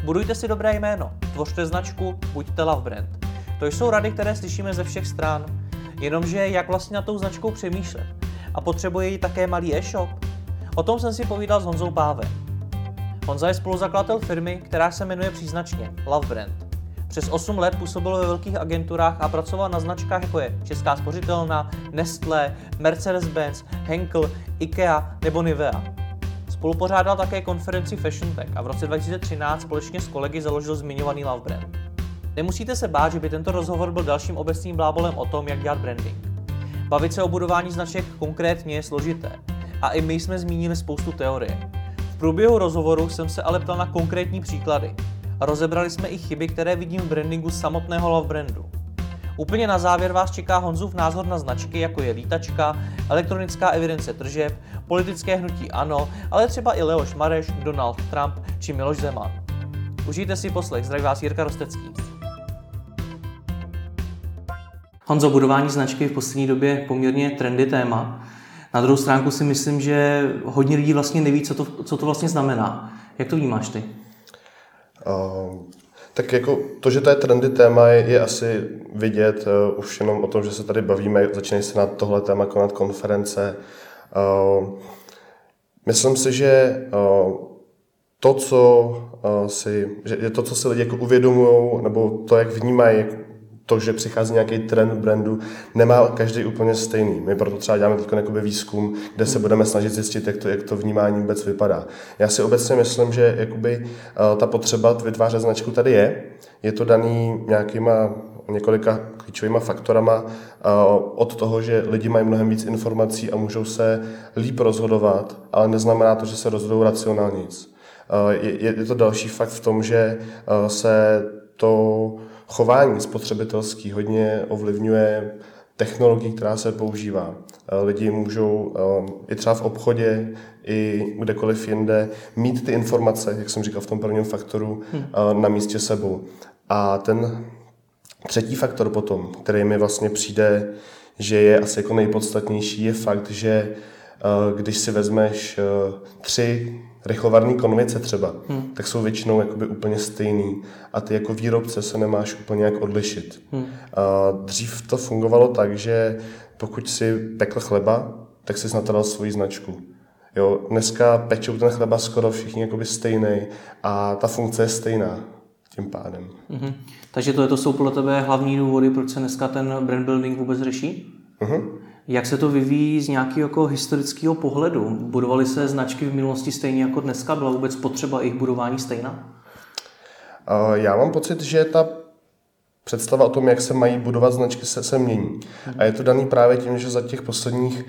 Budujte si dobré jméno, tvořte značku, buďte love brand. To jsou rady, které slyšíme ze všech stran. Jenomže jak vlastně na tou značkou přemýšlet? A potřebuje ji také malý e-shop? O tom jsem si povídal s Honzou Pávem. Honza je spoluzakladatel firmy, která se jmenuje příznačně Love Brand. Přes 8 let působil ve velkých agenturách a pracoval na značkách jako je Česká spořitelna, Nestlé, Mercedes-Benz, Henkel, IKEA nebo Nivea. Spolupořádal také konferenci Fashion Tech a v roce 2013 společně s kolegy založil zmiňovaný Love Brand. Nemusíte se bát, že by tento rozhovor byl dalším obecným blábolem o tom, jak dělat branding. Bavit se o budování značek konkrétně je složité. A i my jsme zmínili spoustu teorie. V průběhu rozhovoru jsem se ale ptal na konkrétní příklady. A rozebrali jsme i chyby, které vidím v brandingu samotného love brandu. Úplně na závěr vás čeká Honzův názor na značky, jako je Lítačka, elektronická evidence tržeb, politické hnutí ANO, ale třeba i Leoš Mareš, Donald Trump či Miloš Zeman. Užijte si poslech, zdraví vás Jirka Rostecký. Honzo, budování značky v poslední době poměrně trendy téma. Na druhou stránku si myslím, že hodně lidí vlastně neví, co to vlastně znamená. Jak to vnímáš ty? Tak jako to, že to je trendy téma, je asi vidět už jenom o tom, že se tady bavíme, začínají se na tohle téma konat konference. Myslím si, že to, co si lidi jako uvědomujou, nebo to, jak vnímají to, že přichází nějaký trend brandu, nemá každý úplně stejný. My proto třeba děláme teď výzkum, kde se budeme snažit zjistit, jak to vnímání vůbec vypadá. Já si obecně myslím, že ta potřeba vytvářet značku tady je. Je to daný několika klíčovými faktorama od toho, že lidi mají mnohem víc informací a můžou se líp rozhodovat, ale neznamená to, že se rozhodují racionálně nic. Je to další fakt v tom, že se to chování spotřebitelský hodně ovlivňuje technologií, která se používá. Lidi můžou i třeba v obchodě, i kdekoliv jinde mít ty informace, jak jsem říkal v tom prvním faktoru, na místě sebou. A ten třetí faktor potom, který mi vlastně přijde, že je asi jako nejpodstatnější, je fakt, že když si vezmeš 3 rychlovarné konvice třeba, tak jsou většinou jakoby úplně stejný a ty jako výrobce se nemáš úplně jak odlišit. Dřív to fungovalo tak, že pokud si pekl chleba, tak si natadal svoji značku. Jo, dneska pečou ten chleba skoro všichni jakoby stejný a ta funkce je stejná tím pádem. Takže to jsou podle tebe hlavní důvody, proč se dneska ten brand building vůbec řeší? Jak se to vyvíjí z nějakého jako historického pohledu? Budovaly se značky v minulosti stejně jako dneska? Byla vůbec potřeba jejich budování stejná? Já mám pocit, že ta představa o tom, jak se mají budovat značky, se mění. A je to daný právě tím, že za těch posledních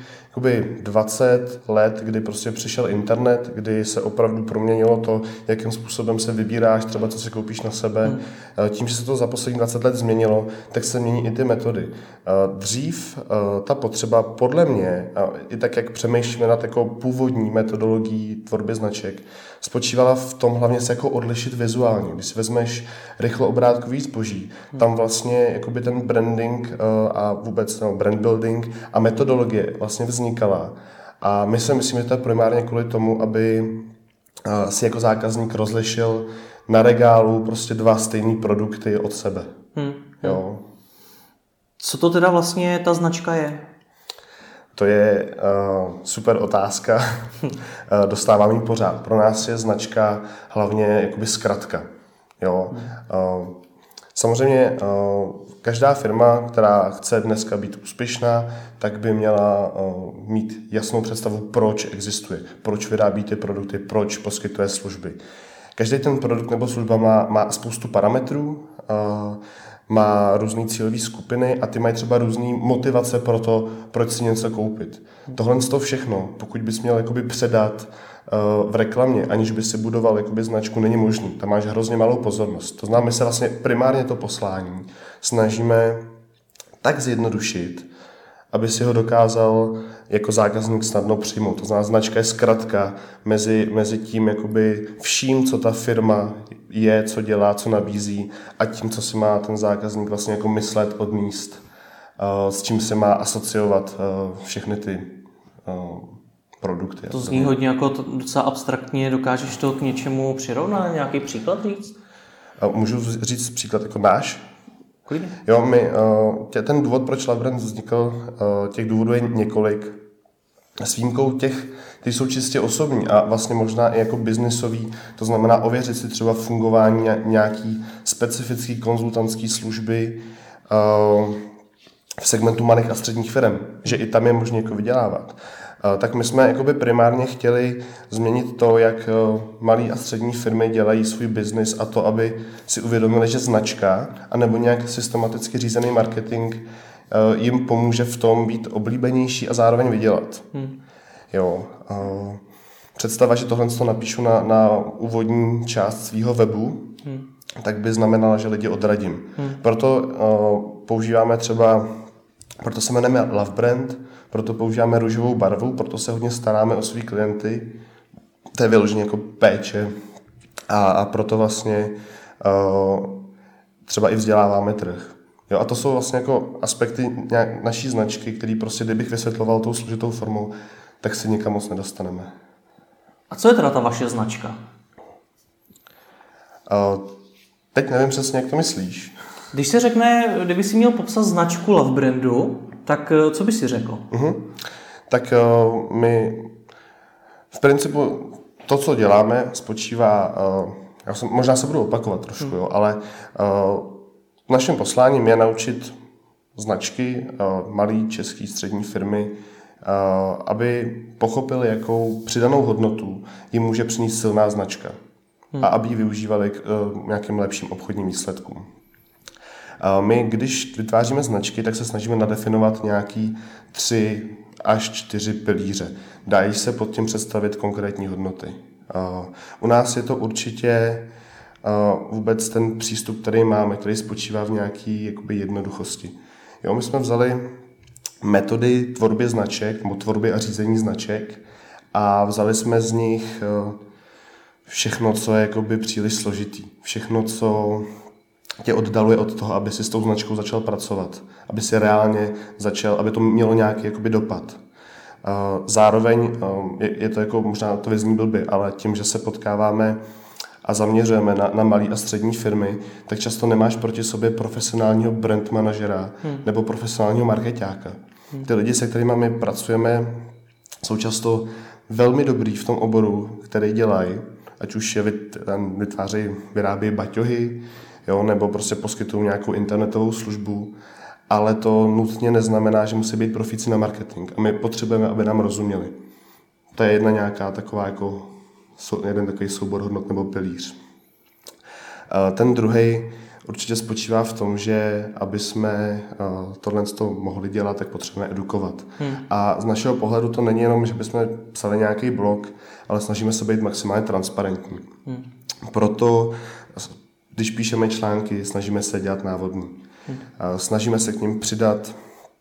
20 let, kdy prostě přišel internet, kdy se opravdu proměnilo to, jakým způsobem se vybíráš, třeba co si koupíš na sebe. Tím, že se to za posledních 20 let změnilo, tak se mění i ty metody. Dřív ta potřeba podle mě, i tak, jak přemýšlíme nad jako původní metodologií tvorby značek, spočívala v tom hlavně se jako odlišit vizuálně. Když si vezmeš rychloobrátkový zboží, tam vlastně jakoby ten branding a vůbec brand building a metodologie vlastně vznikala. A my si myslím, že to je primárně kvůli tomu, aby si jako zákazník rozlišil na regálu prostě 2 stejné produkty od sebe. Jo. Co to teda vlastně ta značka je? To je super otázka. Dostávám ji pořád. Pro nás je značka hlavně jakoby zkratka. Jo. Samozřejmě každá firma, která chce dneska být úspěšná, tak by měla mít jasnou představu, proč existuje, proč vyrábí ty produkty, proč poskytuje služby. Každý ten produkt nebo služba má spoustu parametrů, má různé cílové skupiny a ty mají třeba různé motivace pro to, proč si něco koupit. Tohle z toho všechno, pokud bys měl jakoby předat v reklamě, aniž by si budoval jakoby značku, není možný. Tam máš hrozně malou pozornost. To znamená, my se vlastně primárně to poslání snažíme tak zjednodušit, aby si ho dokázal jako zákazník snadno přijmout. To znamená, značka je zkratka mezi tím jakoby vším, co ta firma je, co dělá, co nabízí a tím, co si má ten zákazník vlastně jako myslet, odníst, s čím se má asociovat všechny ty produkty. To zní hodně jako docela abstraktně. Dokážeš to k něčemu přirovnat? Nějaký příklad říct? Můžu říct příklad jako náš? Klidně. Jo, ten důvod, proč Love Brand vznikl, těch důvodů je několik. S výjimkou těch, kteří jsou čistě osobní a vlastně možná i jako biznisový, to znamená ověřit si třeba fungování nějaký specifický konzultantský služby v segmentu malých a středních firm, že i tam je možné jako vydělávat. Tak my jsme jakoby primárně chtěli změnit to, jak malé a střední firmy dělají svůj biznis a to, aby si uvědomili, že značka anebo nějak systematicky řízený marketing jim pomůže v tom být oblíbenější a zároveň vydělat. Jo. Představa, že tohle to napíšu na úvodní část svého webu, tak by znamenala, že lidi odradím. Proto používáme třeba, proto se jmenujeme Love Brand, proto používáme růžovou barvu, proto se hodně staráme o svý klienty. To je vyloženě jako péče a proto vlastně třeba i vzděláváme trh. Jo, a to jsou vlastně jako aspekty naší značky, který prostě, kdybych vysvětloval tou složitou formou, tak se nikam moc nedostaneme. A co je teda ta vaše značka? Teď nevím přesně, jak to myslíš. Když se řekne, kdyby si měl popsat značku Love Brandu, tak co by si řekl? Tak my v principu to, co děláme, spočívá, možná se budu opakovat trošku, jo, ale naším posláním je naučit značky, malé české střední firmy, aby pochopili, jakou přidanou hodnotu jim může přinést silná značka a aby ji využívali k nějakým lepším obchodním výsledkům. My, když vytváříme značky, tak se snažíme nadefinovat nějaký 3 až 4 pilíře. Dají se pod tím představit konkrétní hodnoty. U nás je to určitě vůbec ten přístup, který máme, který spočívá v nějaké jakoby jednoduchosti. Jo, my jsme vzali metody tvorby značek, nebo tvorby a řízení značek a vzali jsme z nich všechno, co je jakoby příliš složitý. Všechno, co tě oddaluje od toho, aby si s tou značkou začal pracovat, aby si reálně začal, aby to mělo nějaký jakoby dopad. Zároveň je to jako, možná to vyzní blbě, ale tím, že se potkáváme a zaměřujeme na malé a střední firmy, tak často nemáš proti sobě profesionálního brand manažera nebo profesionálního markeťáka. Ty lidi, se kterými my pracujeme, jsou často velmi dobrý v tom oboru, který dělají, ať už je vyrábějí baťohy, jo, nebo prostě poskytují nějakou internetovou službu, ale to nutně neznamená, že musí být profíci na marketing. A my potřebujeme, aby nám rozuměli. To je jedna nějaká taková jako jeden takový soubor hodnot nebo pilíř. Ten druhý určitě spočívá v tom, že aby jsme tohle mohli dělat, tak potřebujeme edukovat. A z našeho pohledu to není jenom, že bychom psali nějaký blog, ale snažíme se být maximálně transparentní. Proto, když píšeme články, snažíme se dělat návodný. Snažíme se k ním přidat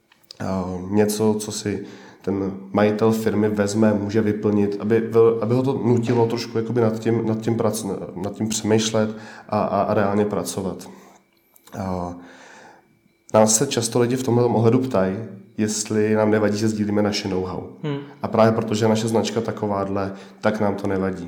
něco, co si ten majitel firmy vezme, může vyplnit, aby ho to nutilo trošku jakoby nad tím přemýšlet a reálně pracovat. Nás se často lidi v tomhle ohledu ptají, jestli nám nevadí, že sdílíme naše know-how. A právě protože naše značka takováhle, tak nám to nevadí.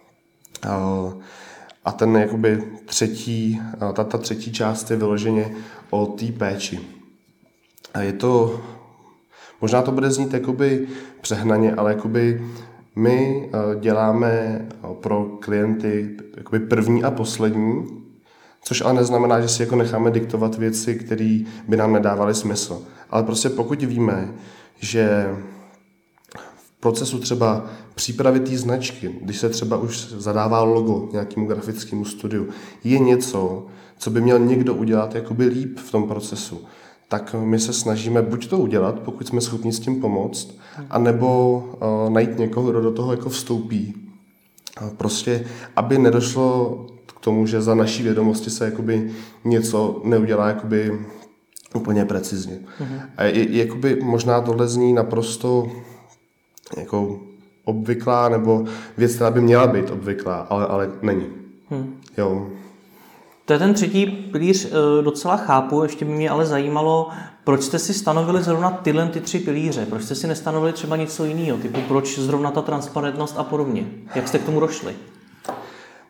A ten jakoby ta třetí část je vyloženě o té péči. A je to, možná to bude znít jakoby přehnaně, ale jakoby my děláme pro klienty jakoby první a poslední, což ale neznamená, že si jako necháme diktovat věci, které by nám nedávaly smysl. Ale prostě pokud víme, že v procesu třeba přípravy té značky, když se třeba už zadává logo nějakému grafickému studiu, je něco, co by měl někdo udělat jakoby líp v tom procesu, tak my se snažíme buď to udělat, pokud jsme schopni s tím pomoct, anebo najít někoho, kdo do toho jako vstoupí. Prostě, aby nedošlo k tomu, že za naší vědomosti se jakoby něco neudělá jakoby úplně precizně. A jakoby možná tohle zní naprosto jako obvyklá, nebo věc, která by měla být obvyklá, ale není. Jo. To je ten třetí pilíř, docela chápu, ještě by mě ale zajímalo, proč jste si stanovili zrovna tyhle 3 pilíře, proč jste si nestanovili třeba něco jiného, typu proč zrovna ta transparentnost a podobně, jak jste k tomu došli?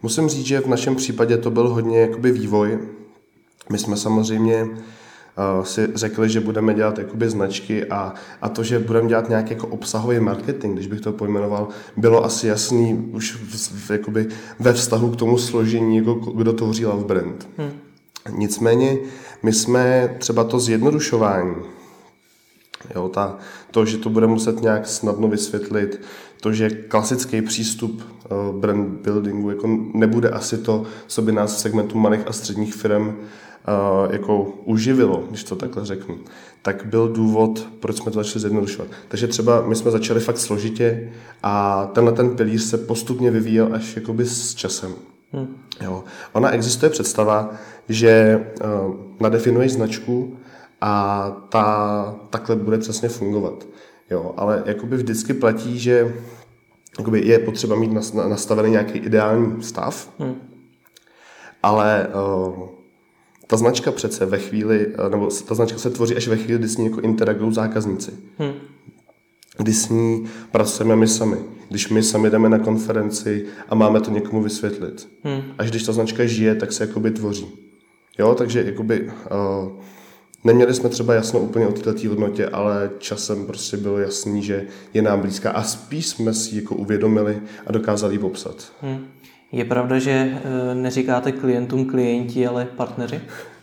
Musím říct, že v našem případě to byl hodně jakoby vývoj. My jsme samozřejmě si řekli, že budeme dělat jakoby značky a to, že budeme dělat nějaký jako obsahový marketing, když bych to pojmenoval, bylo asi jasný už jakoby ve vztahu k tomu složení, jako kdo tvoří Love Brand. Nicméně my jsme třeba to zjednodušování, jo, to, že to bude muset nějak snadno vysvětlit, to, že klasický přístup brand buildingu jako nebude asi to, co by nás v segmentu malých a středních firm jako uživilo, když to takhle řeknu, tak byl důvod, proč jsme to začali zjednodušovat. Takže třeba my jsme začali fakt složitě a ten pilíř se postupně vyvíjel až jakoby s časem. Jo. Ona existuje představa, že nadefinuješ značku a takhle bude přesně fungovat. Jo, ale jakoby vždycky platí, že jakoby je potřeba mít nastavený nějaký ideální stav, ale ta značka přece ve chvíli, nebo ta značka se tvoří až ve chvíli, kdy s ní jako interagují zákazníci. Kdy s ní pracujeme my sami. Když my sami jdeme na konferenci a máme to někomu vysvětlit. Až když ta značka žije, tak se jakoby tvoří. Jo, takže jakoby neměli jsme třeba jasno úplně o této hodnotě, ale časem prostě bylo jasný, že je nám blízká a spíš jsme si ji jako uvědomili a dokázali ji popsat. Je pravda, že neříkáte klientům klienti, ale partneři?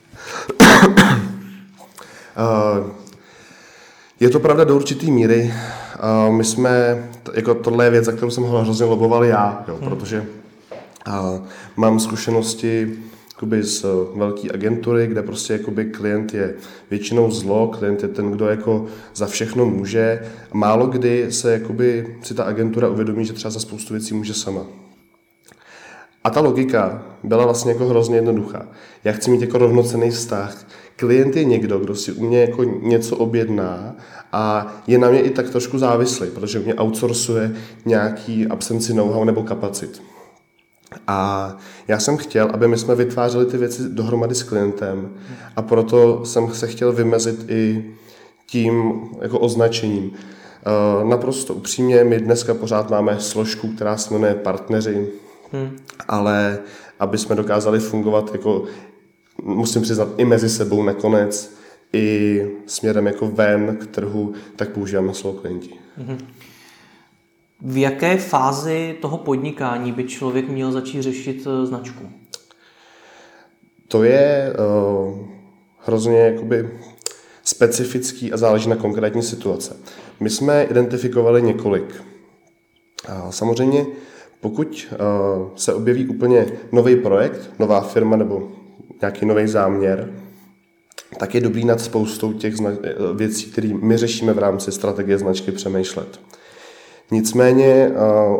Je to pravda do určitý míry. My jsme, jako tohle je věc, za kterou jsem hrozně loboval já, jo, protože mám zkušenosti jakoby z velké agentury, kde prostě jakoby klient je většinou zlo, klient je ten, kdo jako za všechno může. Málo kdy se jakoby si ta agentura uvědomí, že třeba za spoustu věcí může sama. A ta logika byla vlastně jako hrozně jednoduchá. Já chci mít jako rovnocenný vztah. Klient je někdo, kdo si u mě jako něco objedná a je na mě i tak trošku závislý, protože mě outsourcuje nějaký absenci know-how nebo kapacit. A já jsem chtěl, aby my jsme vytvářeli ty věci dohromady s klientem a proto jsem se chtěl vymezit i tím jako označením. Naprosto upřímně, my dneska pořád máme složku, která se jmenuje partneři, ale aby jsme dokázali fungovat jako, musím přiznat, i mezi sebou nakonec, i směrem jako ven k trhu, tak používáme slovo klienti. V jaké fázi toho podnikání by člověk měl začít řešit značku? To je hrozně jakoby specifický a záleží na konkrétní situace. My jsme identifikovali několik. Samozřejmě, pokud se objeví úplně nový projekt, nová firma nebo nějaký nový záměr, tak je dobrý nad spoustou těch věcí, které my řešíme v rámci strategie značky, přemýšlet. Nicméně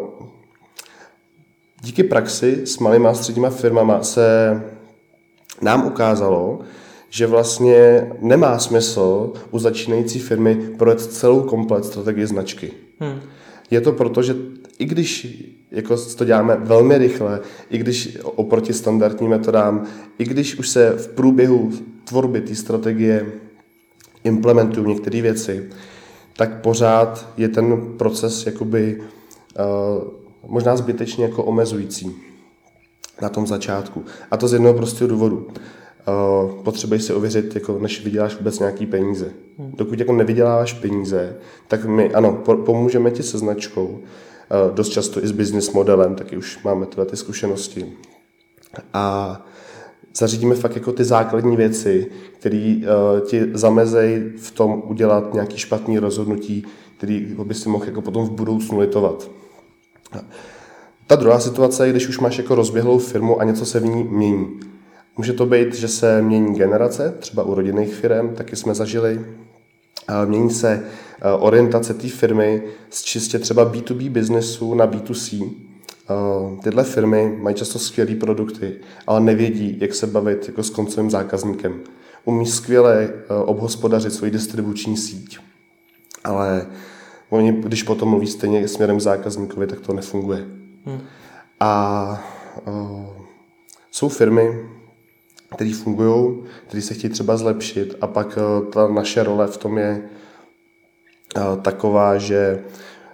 díky praxi s malými a středníma firmama se nám ukázalo, že vlastně nemá smysl u začínající firmy projet celou komplet strategii značky. Je to proto, že i když jako to děláme velmi rychle, i když oproti standardním metodám, i když už se v průběhu tvorby té strategie implementují některé věci, tak pořád je ten proces jakoby možná zbytečně jako omezující na tom začátku. A to z jednoho prostého důvodu. Potřebuješ si ověřit, jako, než vyděláš vůbec nějaký peníze. Dokud jako nevyděláváš peníze, tak my, ano, pomůžeme ti se značkou, dost často i s business modelem, taky už máme tyhle ty zkušenosti. A zařídíme fakt jako ty základní věci, které ti zamezejí v tom udělat nějaký špatný rozhodnutí, který by si mohl jako potom v budoucnu litovat. Ta druhá situace je, když už máš jako rozběhlou firmu a něco se v ní mění. Může to být, že se mění generace, třeba u rodinných firm, taky jsme zažili. Mění se orientace té firmy z čistě třeba B2B biznesu na B2C. Tyhle firmy mají často skvělé produkty, ale nevědí, jak se bavit jako s koncovým zákazníkem. Umí skvěle obhospodařit svoji distribuční síť, ale oni, když potom mluví stejně směrem k zákazníkovi, tak to nefunguje. A jsou firmy, které fungují, které se chtějí třeba zlepšit a pak ta naše role v tom je taková, že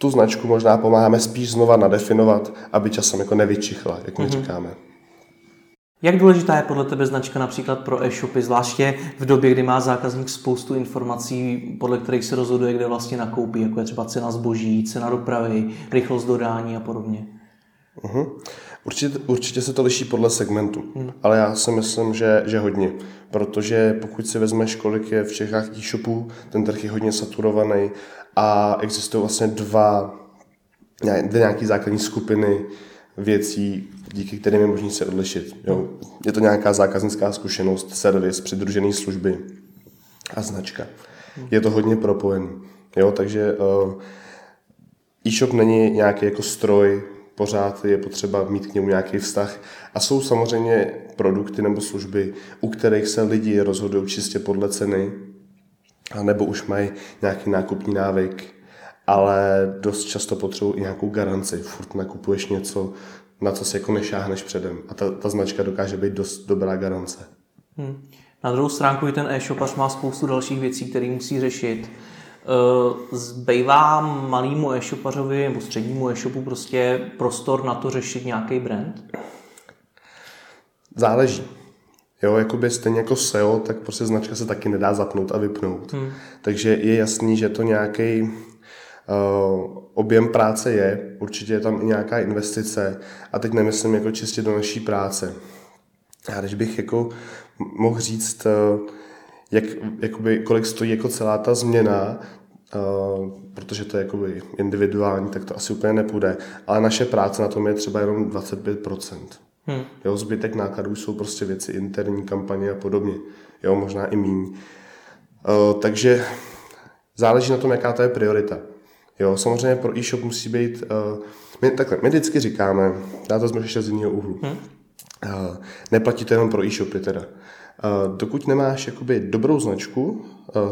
tu značku možná pomáháme spíš znova nadefinovat, aby časem jako nevyčichla, jak my říkáme. Jak důležitá je podle tebe značka například pro e-shopy, zvláště v době, kdy má zákazník spoustu informací, podle kterých se rozhoduje, kde vlastně nakoupí, jako je třeba cena zboží, cena dopravy, rychlost dodání a podobně? Určitě se to liší podle segmentu, ale já si myslím, že hodně, protože pokud si vezmeš, kolik je v Čechách e-shopů, ten trh je hodně saturovaný a existují vlastně dvě nějaké základní skupiny věcí, díky kterým je možné se odlišit. Jo. Je to nějaká zákaznická zkušenost, servis, přidružené služby a značka. Je to hodně propojený. Jo, takže e-shop není nějaký jako stroj, pořád je potřeba mít k němu nějaký vztah. A jsou samozřejmě produkty nebo služby, u kterých se lidi rozhodují čistě podle ceny, nebo už mají nějaký nákupní návyk, ale dost často potřebují i nějakou garanci. Furt nakupuješ něco, na co si jako nešáhneš předem. A ta značka dokáže být dost dobrá garance. Na druhou stránku i ten e-shopař má spoustu dalších věcí, které musí řešit. Zbývá malýmu e-shopařovi nebo střednímu e-shopu prostě prostor na to řešit nějaký brand? Záleží. Jo, jakoby stejně jako SEO, tak prostě značka se taky nedá zapnout a vypnout. Takže je jasný, že to nějaký objem práce je, určitě je tam i nějaká investice a teď nemyslím jako čistě do naší práce. Já když bych jako mohl říct, kolik stojí jako celá ta změna, protože to je jakoby individuální, tak to asi úplně nepůjde, ale naše práce na tom je třeba jenom 25%. Jo, zbytek nákladů jsou prostě věci interní, kampaně a podobně. Jo, možná i míň. Takže záleží na tom, jaká to je priorita. Jo, samozřejmě pro e-shop musí být, my vždycky říkáme, já to ještě z jiného úhlu, neplatí to jenom pro e-shopy teda. Dokud nemáš jakoby dobrou značku,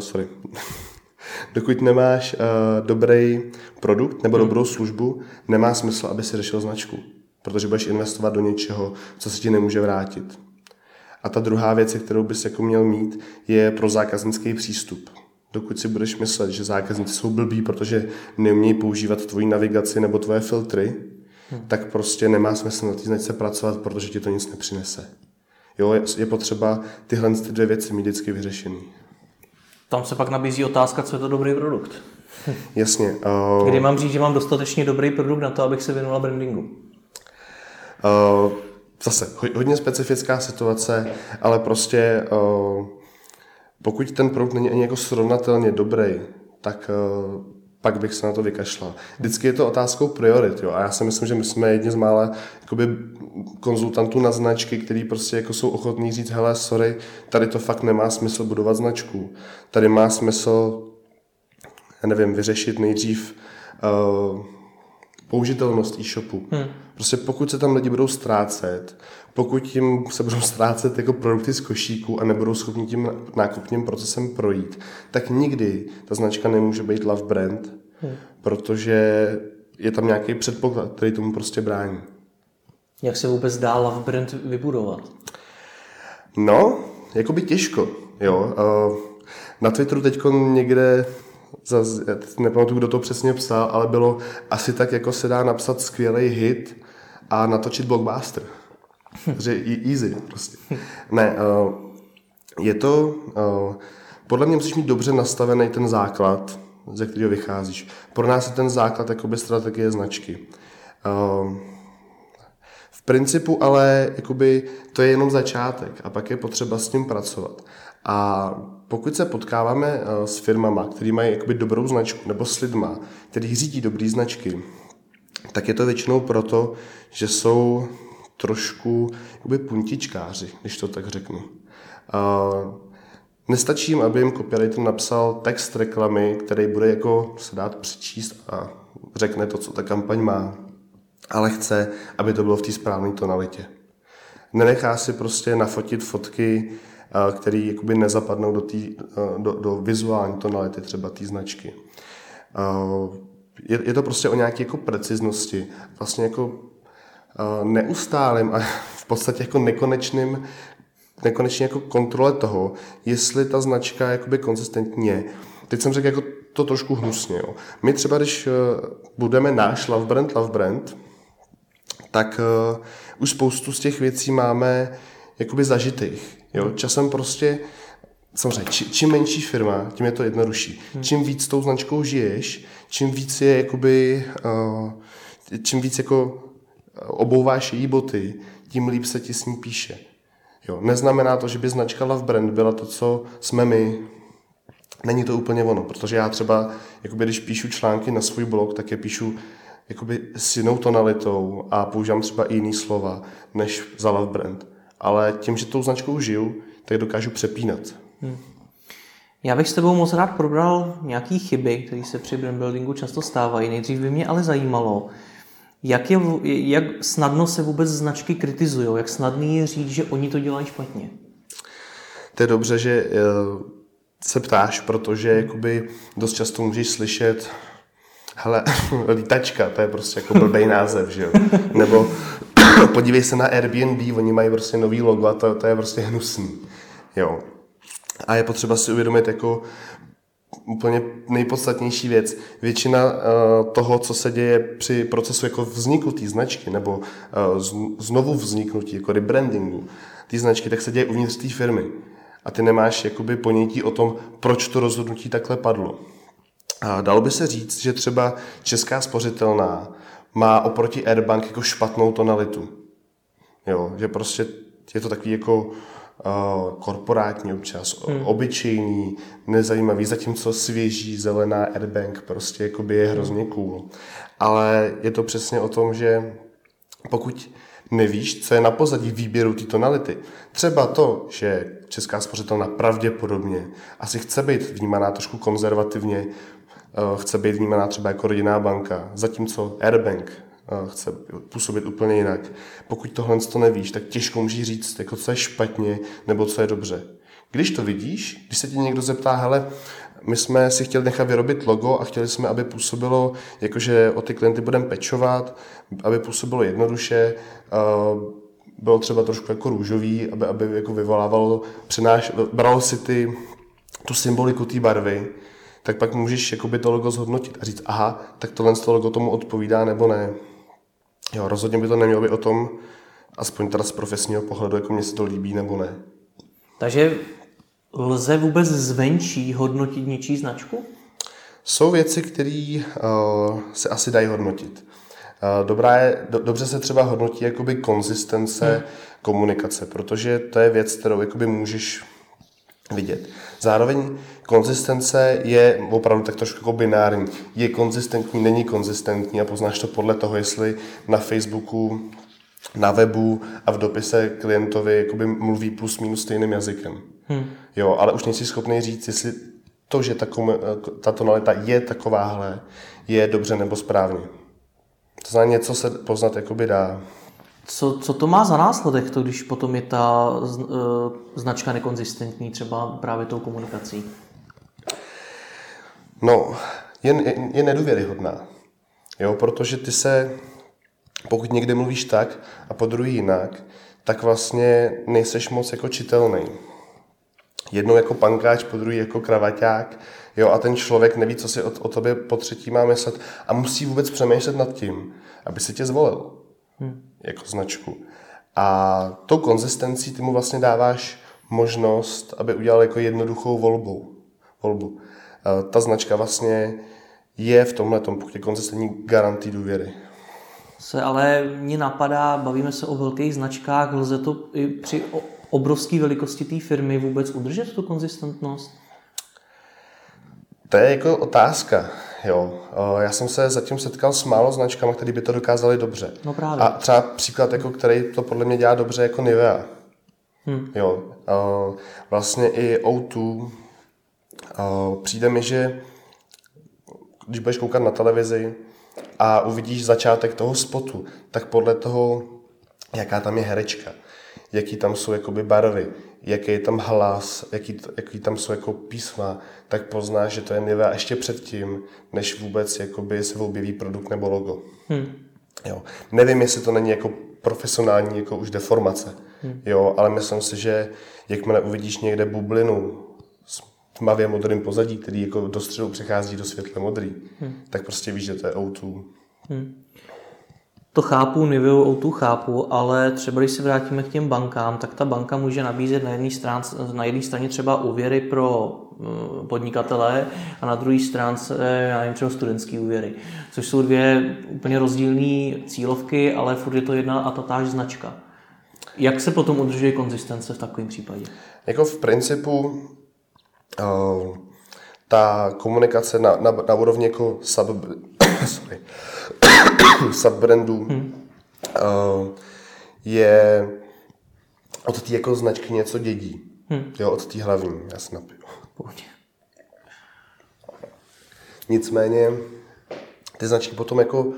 dokud nemáš dobrý produkt nebo dobrou službu, nemá smysl, aby si řešil značku, protože budeš investovat do něčeho, co se ti nemůže vrátit. A ta druhá věc, kterou bys jako měl mít, je pro zákaznický přístup. Dokud si budeš myslet, že zákazníci jsou blbí, protože neumějí používat tvoji navigaci nebo tvoje filtry, tak prostě nemá smysl na té značce pracovat, protože ti to nic nepřinese. Jo, je potřeba tyhle dvě věci mít vždycky vyřešený. Tam se pak nabízí otázka, co je to dobrý produkt. Jasně. Kdy mám říct, že mám dostatečně dobrý produkt na to, abych se věnoval brandingu? Zase, hodně specifická situace, ale prostě pokud ten produkt není ani jako srovnatelně dobrý, tak pak bych se na to vykašlal. Vždycky je to otázkou priorit, jo? A já si myslím, že my jsme jedni z mála jakoby konzultantů na značky, který prostě jako jsou ochotní říct, hele, sorry, tady to fakt nemá smysl budovat značku. Tady má smysl, já nevím, vyřešit nejdřív použitelnost e-shopu. Prostě pokud se tam lidi budou ztrácet, pokud jim se budou ztrácet jako produkty z košíku a nebudou schopni tím nákupním procesem projít, tak nikdy ta značka nemůže být love brand, protože je tam nějaký předpoklad, který tomu prostě brání. Jak se vůbec dá love brand vybudovat? No, jakoby těžko, jo. Na Twitteru teďko někde, nepamatuju, kdo to přesně psal, ale bylo asi tak, jako se dá napsat skvělý hit a natočit blockbuster. Takže easy prostě. Ne, je to, podle mě musíš mít dobře nastavený ten základ, ze kterého vycházíš. Pro nás je ten základ jakoby strategie značky. V principu ale jakoby, to je jenom začátek a pak je potřeba s tím pracovat. A pokud se potkáváme s firmama, který mají jakoby dobrou značku, nebo s lidma, který řídí dobrý značky, tak je to většinou proto, že jsou trošku jakoby puntičkáři, když to tak řeknu. Nestačí jim, aby jim copywriter napsal text reklamy, který bude jako se dát přečíst a řekne to, co ta kampaň má, ale chce, aby to bylo v té správné tonalitě. Nenechá si prostě nafotit fotky, které jakoby nezapadnou do vizuální tonality třeba té značky. Je to prostě o nějaké jako preciznosti, vlastně jako neustálým a v podstatě jako nekonečně jako kontrole toho, jestli ta značka jakoby konzistentní je. Teď jsem řekl jako to trošku hnusně. Jo. My třeba, když budeme náš love brand, tak už spoustu z těch věcí máme jakoby zažitých. Jo. Časem prostě, samozřejmě, čím menší firma, tím je to jednodušší. Čím víc tou značkou žiješ, čím víc je jakoby, čím víc jako obouváš její boty, tím líp se ti s ní píše. Jo. Neznamená to, že by značka Love Brand byla to, co jsme my. Není to úplně ono, protože já třeba, jakoby, když píšu články na svůj blog, tak je píšu jakoby s jinou tonalitou a používám třeba i jiný slova, než za Love Brand. Ale tím, že tou značkou žiju, tak dokážu přepínat. Já bych s tebou moc rád probral nějaké chyby, které se při brand buildingu často stávají. Nejdřív by mě ale zajímalo, jak snadno se vůbec značky kritizují, jak snadný je říct, že oni to dělají špatně. To je dobře, že se ptáš, protože jakoby dost často můžeš slyšet hele, lítačka, to je prostě jako blbej název, že jo? Nebo podívej se na Airbnb, oni mají prostě nový logo a to je prostě hnusný, jo. A je potřeba si uvědomit jako úplně nejpodstatnější věc. Většina toho, co se děje při procesu jako vzniku té značky nebo znovu vzniknutí, jako rebrandingu té značky, tak se děje uvnitř té firmy. A ty nemáš jakoby ponětí o tom, proč to rozhodnutí takhle padlo. A dalo by se říct, že třeba Česká spořitelná má oproti Airbank jako špatnou tonalitu. Jo, že prostě je to takový jako korporátní občas, obyčejný, nezajímavý, zatímco svěží, zelená Airbank prostě jakoby je hrozně cool. Ale je to přesně o tom, že pokud nevíš, co je na pozadí výběru té tonality, třeba to, že Česká spořitelna pravděpodobně asi chce být vnímaná trošku konzervativně, chce být vnímaná třeba jako rodinná banka, zatímco Airbank chce působit úplně jinak. Pokud tohle to nevíš, tak těžko můžeš říct, jako co je špatně nebo co je dobře. Když to vidíš, když se ti někdo zeptá, hele, my jsme si chtěli nechat vyrobit logo a chtěli jsme, aby působilo, jakože o ty klienty budeme pečovat, aby působilo jednoduše, bylo třeba trošku jako růžový, aby jako vyvolávalo, bralo si tu symboliku té barvy, tak pak můžeš jakoby to logo zhodnotit a říct, aha, tak tohle logo tomu odpovídá nebo ne. Jo, rozhodně by to nemělo být o tom, aspoň teda z profesního pohledu, jako mně se to líbí nebo ne. Takže lze vůbec zvenčí hodnotit něčí značku? Jsou věci, které se asi dají hodnotit. Dobře se třeba hodnotí jakoby konzistence komunikace, protože to je věc, kterou jakoby můžeš vidět. Zároveň konzistence je opravdu tak trošku jako binární. Je konzistentní, není konzistentní a poznáš to podle toho, jestli na Facebooku, na webu a v dopise klientovi jakoby mluví plus minus stejným jazykem. Jo, ale už nejsi schopný říct, jestli to, že ta tonalita je takováhle, je dobře nebo správně. To znamená, něco se poznat jakoby dá. Co to má za následek, to, když potom je ta značka nekonzistentní, třeba právě tou komunikací? No, je nedůvěryhodná. Jo, protože ty pokud někde mluvíš tak a po druhý jinak, tak vlastně nejseš moc jako čitelný. Jednou jako pankáč, po druhý jako kravaťák, jo, a ten člověk neví, co si o tobě po třetí má myslet a musí vůbec přemýšlet nad tím, aby si tě zvolil jako značku. A tou konzistencí ty mu vlastně dáváš možnost, aby udělal jako jednoduchou volbu. Ta značka vlastně je v tomhletom, pokud je konzistentní, garantí důvěry. Ale mě napadá, bavíme se o velkých značkách, lze to i při obrovské velikosti té firmy vůbec udržet tu konzistentnost? To je jako otázka. Jo. Já jsem se zatím setkal s málo značkami, které by to dokázali dobře. No právě. A třeba příklad, jako, který to podle mě dělá dobře, jako Nivea. Jo. Vlastně i O2. Přijde mi, že když budeš koukat na televizi a uvidíš začátek toho spotu, tak podle toho, jaká tam je herečka, jaký tam jsou jakoby barvy, jaký je tam hlas, jaký tam jsou jako písma, tak poznáš, že to je Nivea ještě předtím, než vůbec jakoby se objeví produkt nebo logo. Jo. Nevím, jestli to není jako profesionální jako už deformace, jo, ale myslím si, že jakmile uvidíš někde bublinu tmavě modrým pozadí, který jako do středu přechází do světle modrý, tak prostě víš, že to je O2. To chápu, Niveu O2 chápu, ale třeba když se vrátíme k těm bankám, tak ta banka může nabízet na jedné straně třeba úvěry pro podnikatele a na druhé stránce, já nevím, třeba studentský úvěry, což jsou dvě úplně rozdílné cílovky, ale furt je to jedna a tatáž značka. Jak se potom udržuje konzistence v takovém případě? Jako v principu ta komunikace na úrovni jako subbrandů je od té jako značky něco dědí. Jo, od té hlavní, já si napiju. Nicméně ty značky potom jako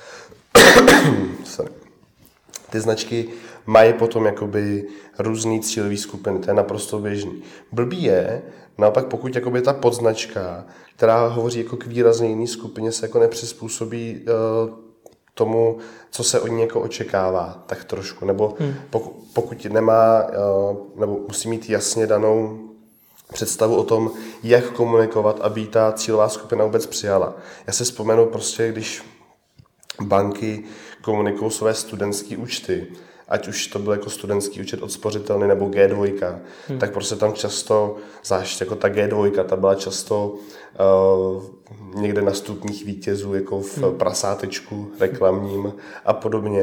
ty značky mají potom jakoby různý cílový skupiny, to je naprosto běžný. Blbý je, naopak pokud jakoby ta podznačka, která hovoří jako k výrazně jiný skupině, se jako nepřizpůsobí tomu, co se od ní jako očekává, tak trošku. Nebo pokud nemá, nebo musí mít jasně danou představu o tom, jak komunikovat, aby ta cílová skupina vůbec přijala. Já si vzpomenu prostě, když banky komunikují své studentské účty, ať už to byl jako studentský účet od Spořitelny nebo G2, tak prostě tam často, zvlášť jako ta G2, ta byla často někde na stupních vítězů, jako v prasátečku reklamním a podobně.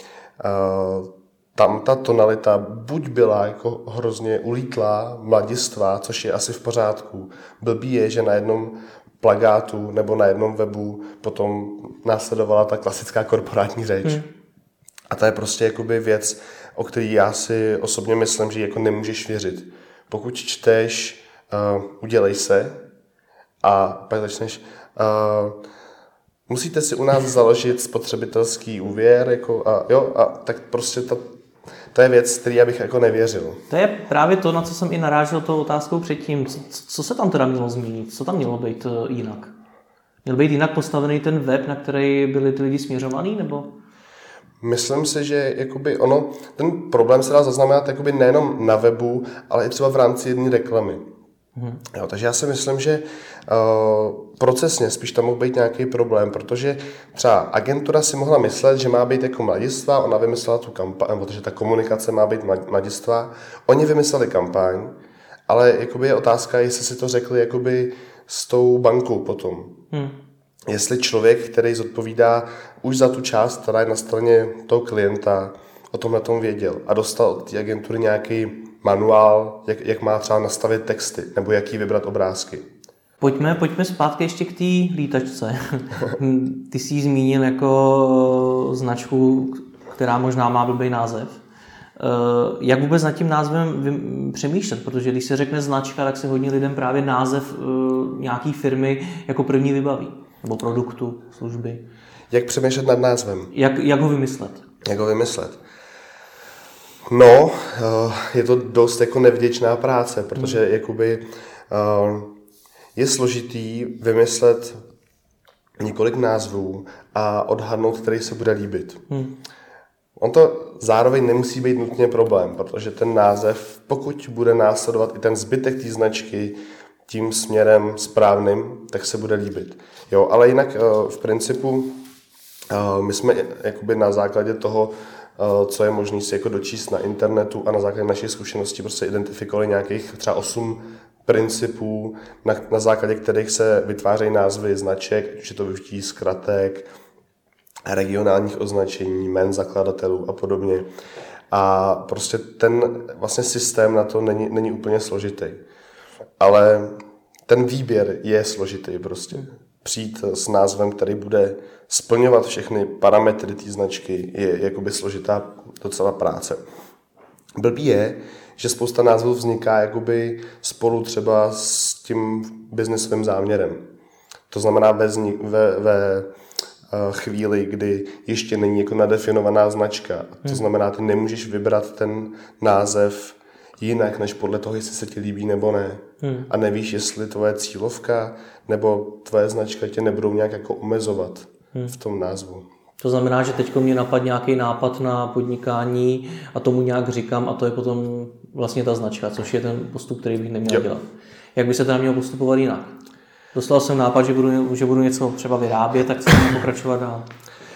Tam ta tonalita buď byla jako hrozně ulítlá, mladistvá, což je asi v pořádku. Blbý je, že na jednom plakátu nebo na jednom webu potom následovala ta klasická korporátní řeč. A to je prostě jakoby věc, o které já si osobně myslím, že jako nemůžeš věřit. Pokud čteš udělej se a pak začneš musíte si u nás založit spotřebitelský úvěr jako, tak prostě to je věc, který já bych jako nevěřil. To je právě to, na co jsem i narážel tou otázkou předtím. Co se tam teda mělo změnit? Co tam mělo být jinak? Měl být jinak postavený ten web, na který byli ty lidi směřovaný, nebo? Myslím si, že jakoby ten problém se dá zaznamenat jakoby nejenom na webu, ale i třeba v rámci jedné reklamy. Jo, takže já si myslím, že procesně spíš tam mohl být nějaký problém, protože třeba agentura si mohla myslet, že má být jako mladistvá, ona vymyslela tu kampaň, protože ta komunikace má být mladistvá, oni vymysleli kampaň, ale jakoby je otázka, jestli si to řekli jakoby s tou bankou potom. Jestli člověk, který zodpovídá už za tu část, která je na straně toho klienta, o tomhle tom věděl a dostal od té agentury nějaký manuál, jak má třeba nastavit texty, nebo jaký vybrat obrázky. Pojďme zpátky ještě k té lítačce. Ty jsi ji zmínil jako značku, která možná má blbý název. Jak vůbec nad tím názvem přemýšlet? Protože když se řekne značka, tak se hodně lidem právě název nějaký firmy jako první vybaví. Nebo produktu, služby. Jak přemýšlet nad názvem? Jak ho vymyslet? Jak ho vymyslet? No, je to dost jako nevděčná práce, protože jakoby je složitý vymyslet několik názvů a odhadnout, který se bude líbit. On to zároveň nemusí být nutně problém, protože ten název, pokud bude následovat i ten zbytek té značky tím směrem správným, tak se bude líbit. Jo, ale jinak v principu my jsme jakoby na základě toho, co je možné si jako dočíst na internetu a na základě našich zkušeností prostě identifikovali nějakých třeba 8 principů, na základě kterých se vytvářejí názvy značek, ať už je to využití zkratek, regionálních označení, jmen zakladatelů a podobně. A prostě ten vlastně systém na to není úplně složitý. Ale ten výběr je složitý prostě. Přijít s názvem, který bude splňovat všechny parametry té značky, je jakoby složitá docela práce. Blbý je, že spousta názvů vzniká jakoby spolu třeba s tím biznesovým záměrem. To znamená ve chvíli, kdy ještě není jako nadefinovaná značka. To znamená, ty nemůžeš vybrat ten název jinak, než podle toho, jestli se ti líbí nebo ne. A nevíš, jestli tvoje cílovka nebo tvoje značka tě nebudou nějak jako omezovat v tom názvu. To znamená, že teď mě napadl nějaký nápad na podnikání a tomu nějak říkám a to je potom vlastně ta značka, což je ten postup, který bych neměl dělat. Jak by se teda mělo postupovat jinak? Dostal jsem nápad, že budu něco třeba vyrábět, tak chceme pokračovat dál.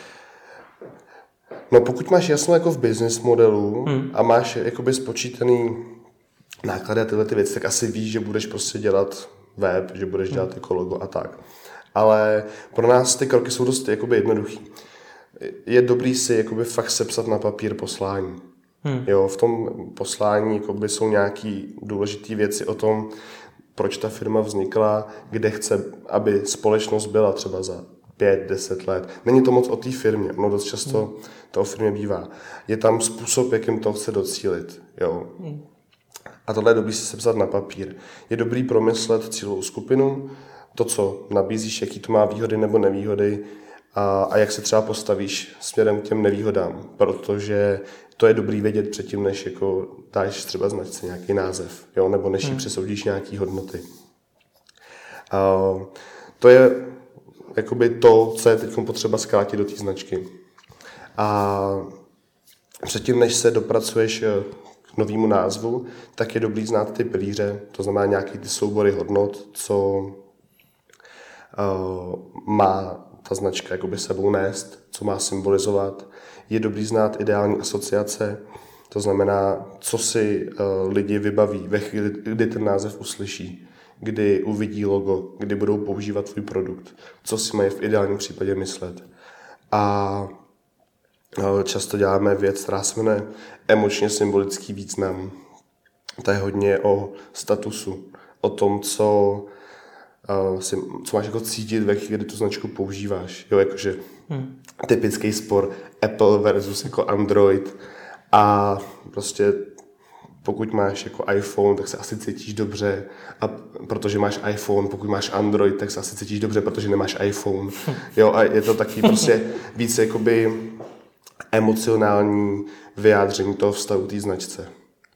No pokud máš jasno jako v business modelu a máš jakoby spočítaný náklady a tyhle ty věci, tak asi víš, že budeš prostě dělat web, že budeš dělat jako logo a tak. Ale pro nás ty kroky jsou dost jakoby jednoduchý. Je dobrý si jakoby fakt sepsat na papír poslání. Jo, v tom poslání jakoby jsou nějaký důležité věci o tom, proč ta firma vznikla, kde chce, aby společnost byla třeba za 5-10 let. Není to moc o té firmě, ono dost často to o firmě bývá. Je tam způsob, jakým to chce docílit. Jo. A tohle je dobrý si sepsat na papír. Je dobrý promyslet cílovou skupinu, to, co nabízíš, jaký to má výhody nebo nevýhody a jak se třeba postavíš směrem k těm nevýhodám, protože to je dobrý vědět předtím, než jako dáš třeba značce nějaký název, jo, nebo než jí přesoudíš nějaký hodnoty. To je jakoby to, co je teď potřeba zkrátit do té značky. A předtím, než se dopracuješ k novému názvu, tak je dobrý znát ty pilíře, to znamená nějaký ty soubory hodnot, co má ta značka jakoby sebou nést, co má symbolizovat. Je dobrý znát ideální asociace, to znamená, co si lidi vybaví ve chvíli, kdy ten název uslyší, kdy uvidí logo, kdy budou používat tvůj produkt, co si mají v ideálním případě myslet. A často děláme věc, která se jmenuje emočně symbolický význam. To je hodně o statusu, o tom, co máš jako cítit ve chvíli, kdy tu značku používáš. Jo, jakože typický spor Apple versus jako Android a prostě pokud máš jako iPhone, tak se asi cítíš dobře a protože máš iPhone, pokud máš Android, tak se asi cítíš dobře, protože nemáš iPhone. Jo, a je to taky prostě víc jakoby emocionální vyjádření toho vztahu té značce.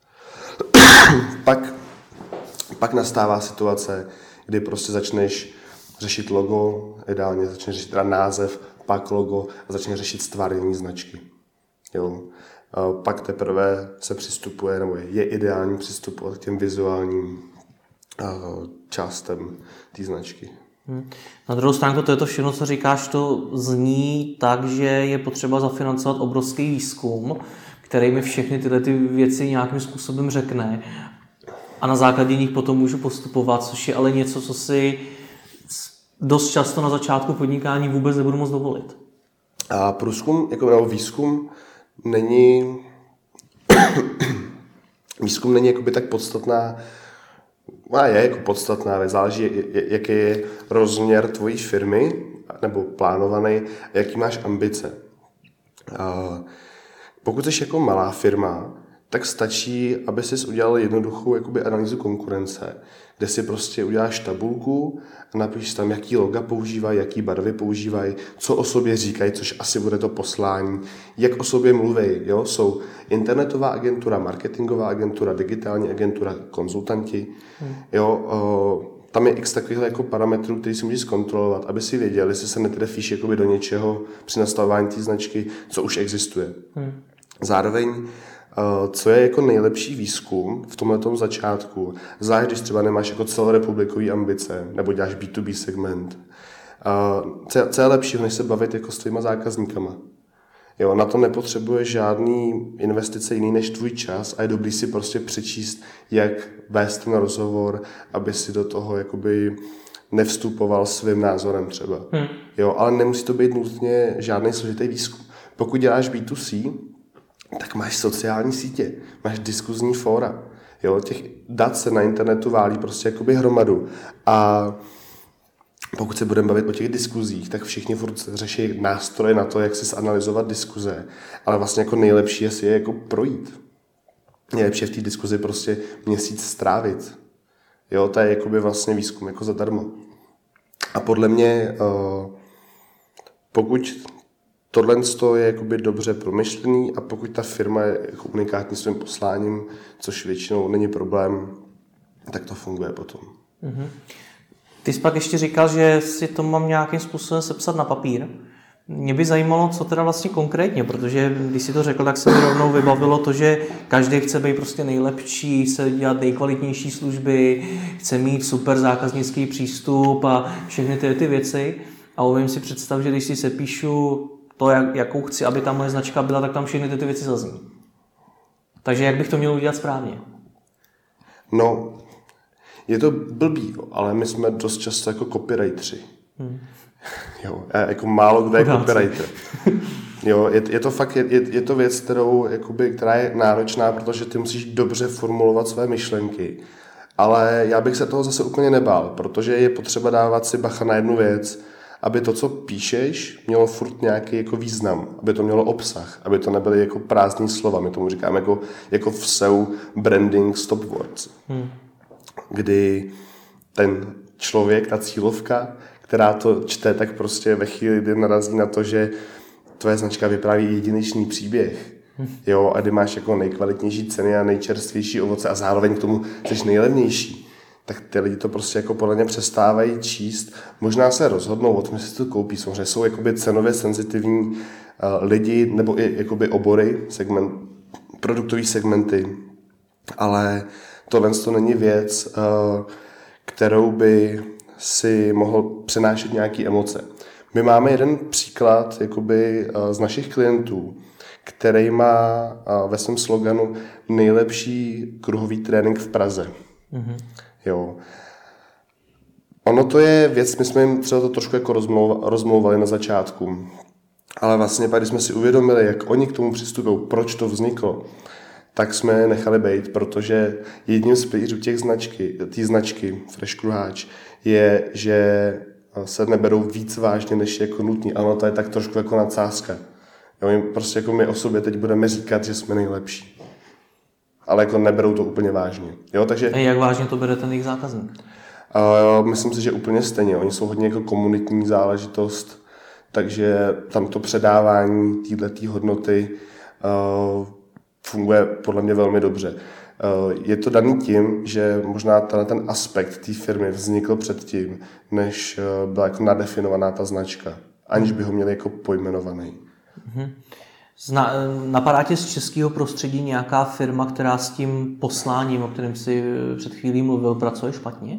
Pak nastává situace, kdy prostě začneš řešit logo, ideálně začneš řešit teda název, pak logo a začneš řešit stvárnění značky. Jo. A pak teprve se přistupuje, nebo je ideální přistupovat k těm vizuálním částem té značky. Na druhou stránku, to je to všechno, co říkáš, to zní tak, že je potřeba zafinancovat obrovský výzkum, který mi všechny tyhle ty věci nějakým způsobem řekne a na základě nich potom můžu postupovat, což je ale něco, co si dost často na začátku podnikání vůbec nebudu moct dovolit. A průzkum, nebo výzkum není jakoby tak podstatná, a je jako podstatná věc, záleží, jaký je rozměr tvojí firmy, nebo plánovaný, a jaký máš ambice. Pokud jsi jako malá firma, tak stačí, aby jsi udělal jednoduchou jakoby analýzu konkurence, kde si prostě uděláš tabulku a napíšeš tam, jaký loga používají, jaký barvy používají, co o sobě říkají, což asi bude to poslání, jak o sobě mluví. Jo? Jsou internetová agentura, marketingová agentura, digitální agentura, konzultanti. Jo? Tam je x takových jako parametrů, který si můžeš zkontrolovat, aby si věděl, jestli se netrefíš jakoby do něčeho při nastavování té značky, co už existuje. Zároveň co je jako nejlepší výzkum v tomhletom začátku, zvlášť když třeba nemáš jako celorepublikový ambice, nebo děláš B2B segment, co je lepší, než se bavit jako s tvýma zákazníkama. Jo, na to nepotřebuješ žádný investice jiný než tvůj čas a je dobrý si prostě přečíst, jak vést ten rozhovor, aby si do toho jakoby nevstupoval svým názorem třeba. Jo, ale nemusí to být nutně žádný složitý výzkum. Pokud děláš B2C, tak máš sociální sítě, máš diskuzní fóra. Jo, těch dat se na internetu válí prostě jakoby hromadu. A pokud se budeme bavit o těch diskuzích, tak všichni furt řeší nástroje na to, jak si zanalyzovat diskuze. Ale vlastně jako nejlepší je si je jako projít. Nejlepší je v té diskuzi prostě měsíc strávit. Jo, to je jakoby vlastně výzkum jako zadarmo. A podle mě, pokud tohle je jakoby dobře promyšlený a pokud ta firma je jako unikátní svým posláním, což většinou není problém, tak to funguje potom. Ty jsi pak ještě říkal, že si to mám nějakým způsobem sepsat na papír. Mě by zajímalo, co teda vlastně konkrétně, protože když si to řekl, tak se mi rovnou vybavilo to, že každý chce být prostě nejlepší, chce dělat nejkvalitnější služby, chce mít super zákaznický přístup a všechny ty věci. A umím si představit, že když si sepíšu to, jakou chci, aby ta moje značka byla, tak tam všechny ty věci zazní. Takže jak bych to měl udělat správně? No, je to blbý, ale my jsme dost často jako copywriteri. Jo, jako málo kdo je copywriter. Jo, je to fakt, je to věc, která je náročná, protože ty musíš dobře formulovat své myšlenky. Ale já bych se toho zase úplně nebál, protože je potřeba dávat si bacha na jednu věc, aby to, co píšeš, mělo furt nějaký jako význam, aby to mělo obsah, aby to nebyly jako prázdný slova. My tomu říkáme jako v SEO branding stop words. Kdy ten člověk, ta cílovka, která to čte, tak prostě ve chvíli, kdy narazí na to, že tvoje značka vypráví jedinečný příběh, jo, a kdy máš jako nejkvalitnější ceny a nejčerstvější ovoce a zároveň k tomu jsi nejlevnější, tak ty lidi to prostě jako podle mě přestávají číst. Možná se rozhodnou o tom, jestli to koupí. Samozřejmě jsou jakoby cenově senzitivní lidi nebo i jakoby obory, produktový segmenty, ale tohle to není věc, kterou by si mohl přenášet nějaké emoce. My máme jeden příklad jakoby z našich klientů, který má ve svém sloganu nejlepší kruhový trénink v Praze. Jo. Ono to je věc, my jsme jim třeba to trošku jako rozmlouvali na začátku, ale vlastně pak, když jsme si uvědomili, jak oni k tomu přistupují, proč to vzniklo, tak jsme je nechali bejt, protože jedním z pilířů té značky Fresh Kruháč je, že se neberou víc vážně, než je jako nutný. Ano, to je tak trošku jako nadsázka. Jo, prostě jako my o sobě teď budeme říkat, že jsme nejlepší. Ale jako neberou to úplně vážně. Jo, takže, a jak vážně to bere ten jejich zákazník? Myslím si, že úplně stejně. Oni jsou hodně jako komunitní záležitost, takže tam to předávání této hodnoty funguje podle mě velmi dobře. Je to daný tím, že možná ten aspekt té firmy vznikl předtím, než byla jako nadefinovaná ta značka, aniž by ho měli jako pojmenovaný. Napadá tě z českého prostředí nějaká firma, která s tím posláním, o kterém jsi před chvílí mluvil, pracuje špatně?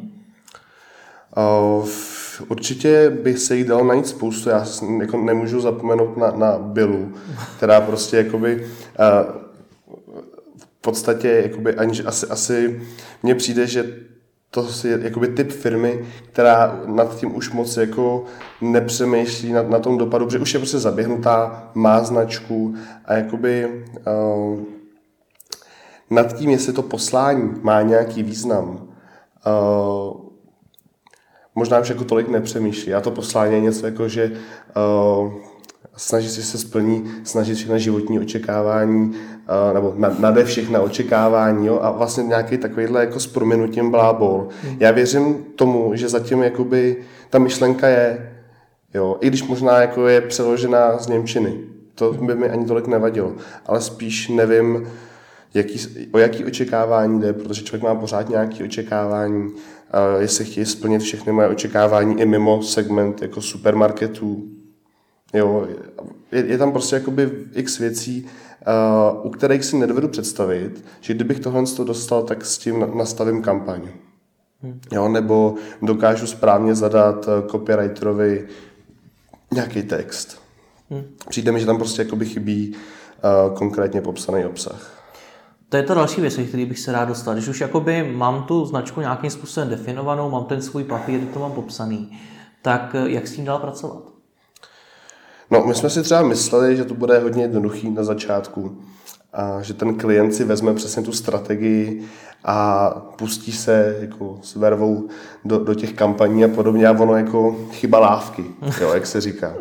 Určitě bych se jich dal najít spoustu. Já jako nemůžu zapomenout na Billu, která prostě jakoby v podstatě jakoby asi mně přijde, že to je jakoby typ firmy, která nad tím už moc jako nepřemýšlí na tom dopadu, protože už je prostě zaběhnutá, má značku a jakoby nad tím, jestli to poslání má nějaký význam, možná už jako tolik nepřemýšlí. A to poslání je něco jako, že snaží se snažit všechna životní očekávání, nebo nade všechna očekávání, jo, a vlastně nějaký takovýhle jako s prominutím blábol. Já věřím tomu, že zatím jakoby ta myšlenka je, jo, i když možná jako je přeložená z němčiny. To by mi ani tolik nevadilo, ale spíš nevím, o jaký očekávání jde, protože člověk má pořád nějaké očekávání, jestli chtějí splnit všechny moje očekávání i mimo segment jako supermarketů. Jo, je tam prostě jakoby x věcí, u kterých si nedovedu představit, že kdybych tohle dostal, tak s tím nastavím kampaň. Jo, nebo dokážu správně zadat copywriterovi nějaký text. Přijde mi, že tam prostě jakoby chybí konkrétně popsaný obsah. To je to další věc, který bych se rád dostal. Když už jakoby mám tu značku nějakým způsobem definovanou, mám ten svůj papír, kde to mám popsaný, tak jak s tím dál pracovat? No, my jsme si třeba mysleli, že to bude hodně jednoduchý na začátku, a že ten klient si vezme přesně tu strategii a pustí se jako s vervou do těch kampaní a podobně a ono jako chyba lávky, jo, jak se říká.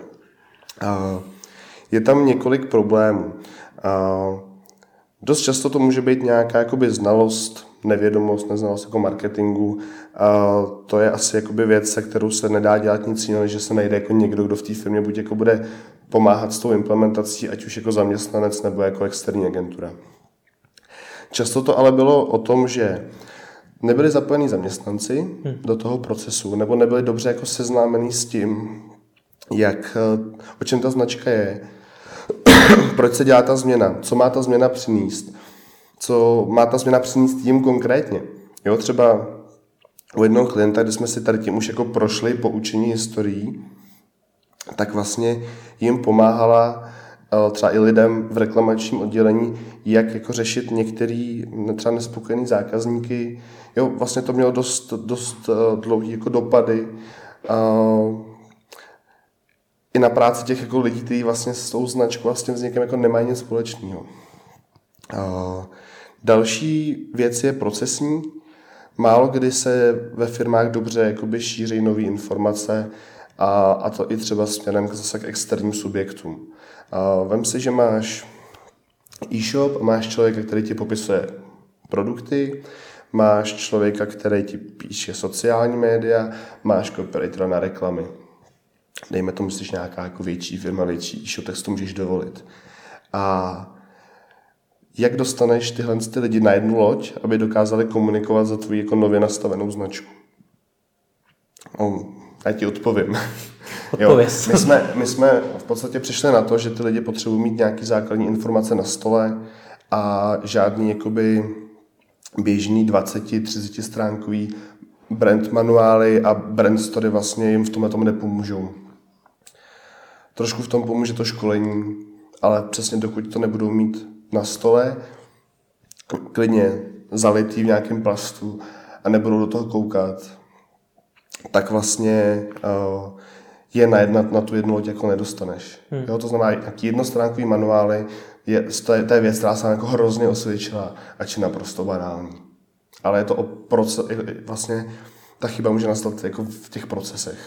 Je tam několik problémů. Dost často to může být nějaká jakoby znalost, neznalost jako marketingu. To je asi jakoby věc, se kterou se nedá dělat nic jiného, že se najde jako někdo, kdo v té firmě buď jako bude pomáhat s tou implementací, ať už jako zaměstnanec nebo jako externí agentura. Často to ale bylo o tom, že nebyli zapojení zaměstnanci do toho procesu, nebo nebyli dobře jako seznámení s tím, o čem ta značka je, proč se dělá ta změna, co má ta změna přinést, co má ta změna přinést jim konkrétně. Jo, třeba u jednoho klienta, kdy jsme si tady tím už jako prošli po učení historií, tak vlastně jim pomáhala třeba i lidem v reklamačním oddělení, jak jako řešit některý třeba nespokojený zákazníky. Jo, vlastně to mělo dost dlouhý jako dopady i na práci těch jako lidí, kteří vlastně s tou značkou a s tím vznikem jako nemají nic společného. Další věc je procesní. Málo kdy se ve firmách dobře jakoby šíří nové informace a to i třeba směrem zase k externím subjektům. Vem si, že máš e-shop a máš člověka, který ti popisuje produkty, máš člověka, který ti píše sociální média, máš copywritera na reklamy. Dejme tomu, že jsi nějaká jako větší firma, větší e-shop, tak si to můžeš dovolit. A jak dostaneš tyhle lidi na jednu loď, aby dokázali komunikovat za tvou jako nově nastavenou značku? Já ti odpovím. Jo, my jsme v podstatě přišli na to, že ty lidi potřebují mít nějaké základní informace na stole a žádný jakoby běžný 20-30 stránkový brand manuály a brand story vlastně jim v tomhle nepomůžou. Trošku v tom pomůže to školení, ale přesně dokud to nebudou mít na stole, klidně zalitý v nějakém plastu a nebudou do toho koukat, tak vlastně je najednat na tu jednu loď jako nedostaneš. Jo, to znamená, jaký jednostránkový manuály, to je věc, která se jako hrozně osvědčila, ač je naprosto banální. Ale je to vlastně ta chyba může nastat jako v těch procesech.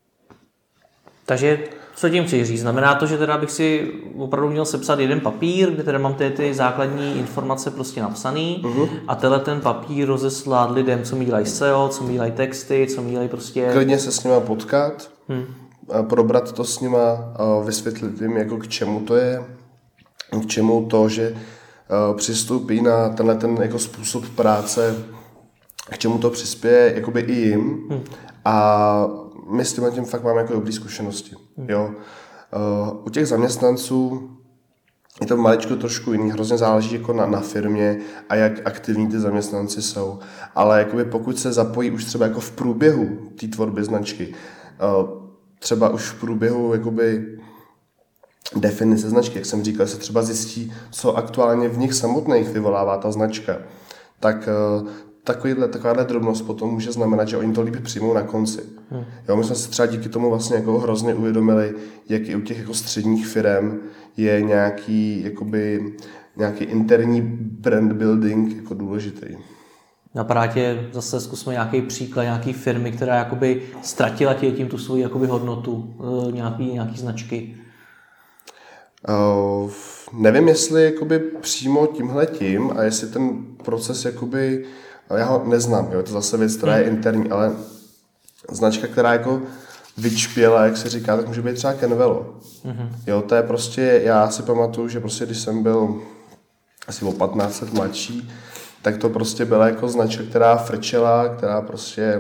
Takže co tím chci říct? Znamená to, že teda bych si opravdu měl sepsat jeden papír, kde teda mám ty základní informace prostě napsaný a ten papír rozeslat lidem, co mi dělají SEO, co mi dělají texty, co mi dělají prostě... Klidně se s nima potkat, probrat to s nima, vysvětlit jim, jako k čemu to je, k čemu to, že přistoupí na ten jako způsob práce, k čemu to přispěje jakoby i jim a my s tím fakt máme jako dobré zkušenosti. Jo. U těch zaměstnanců je to maličko trošku jiný, hrozně záleží jako na firmě a jak aktivní ty zaměstnanci jsou. Ale jakoby pokud se zapojí už třeba jako v průběhu té tvorby značky, třeba už v průběhu jakoby definice značky, jak jsem říkal, se třeba zjistí, co aktuálně v nich samotných vyvolává ta značka, tak takováhle drobnost potom může znamenat, že oni to líbí přijmou na konci. Jo, my jsme se třeba díky tomu vlastně jako hrozně uvědomili, jak i u těch jako středních firem je nějaký interní brand building jako důležitý. Napadá tě, zase zkusme nějaký příklad, nějaký firmy, která jakoby ztratila tím tu svoji jakoby hodnotu, nějaký značky? Nevím, jestli jakoby přímo tímhletím a jestli ten proces jakoby, já ho neznám, jo, je to zase věc, která je interní, ale značka, která jako vyčpěla, jak se říká, tak může být třeba Kenvelo. Jo, to je prostě, já si pamatuju, že prostě když jsem byl asi o 15 let mladší, tak to prostě byla jako značka, která frčela, která prostě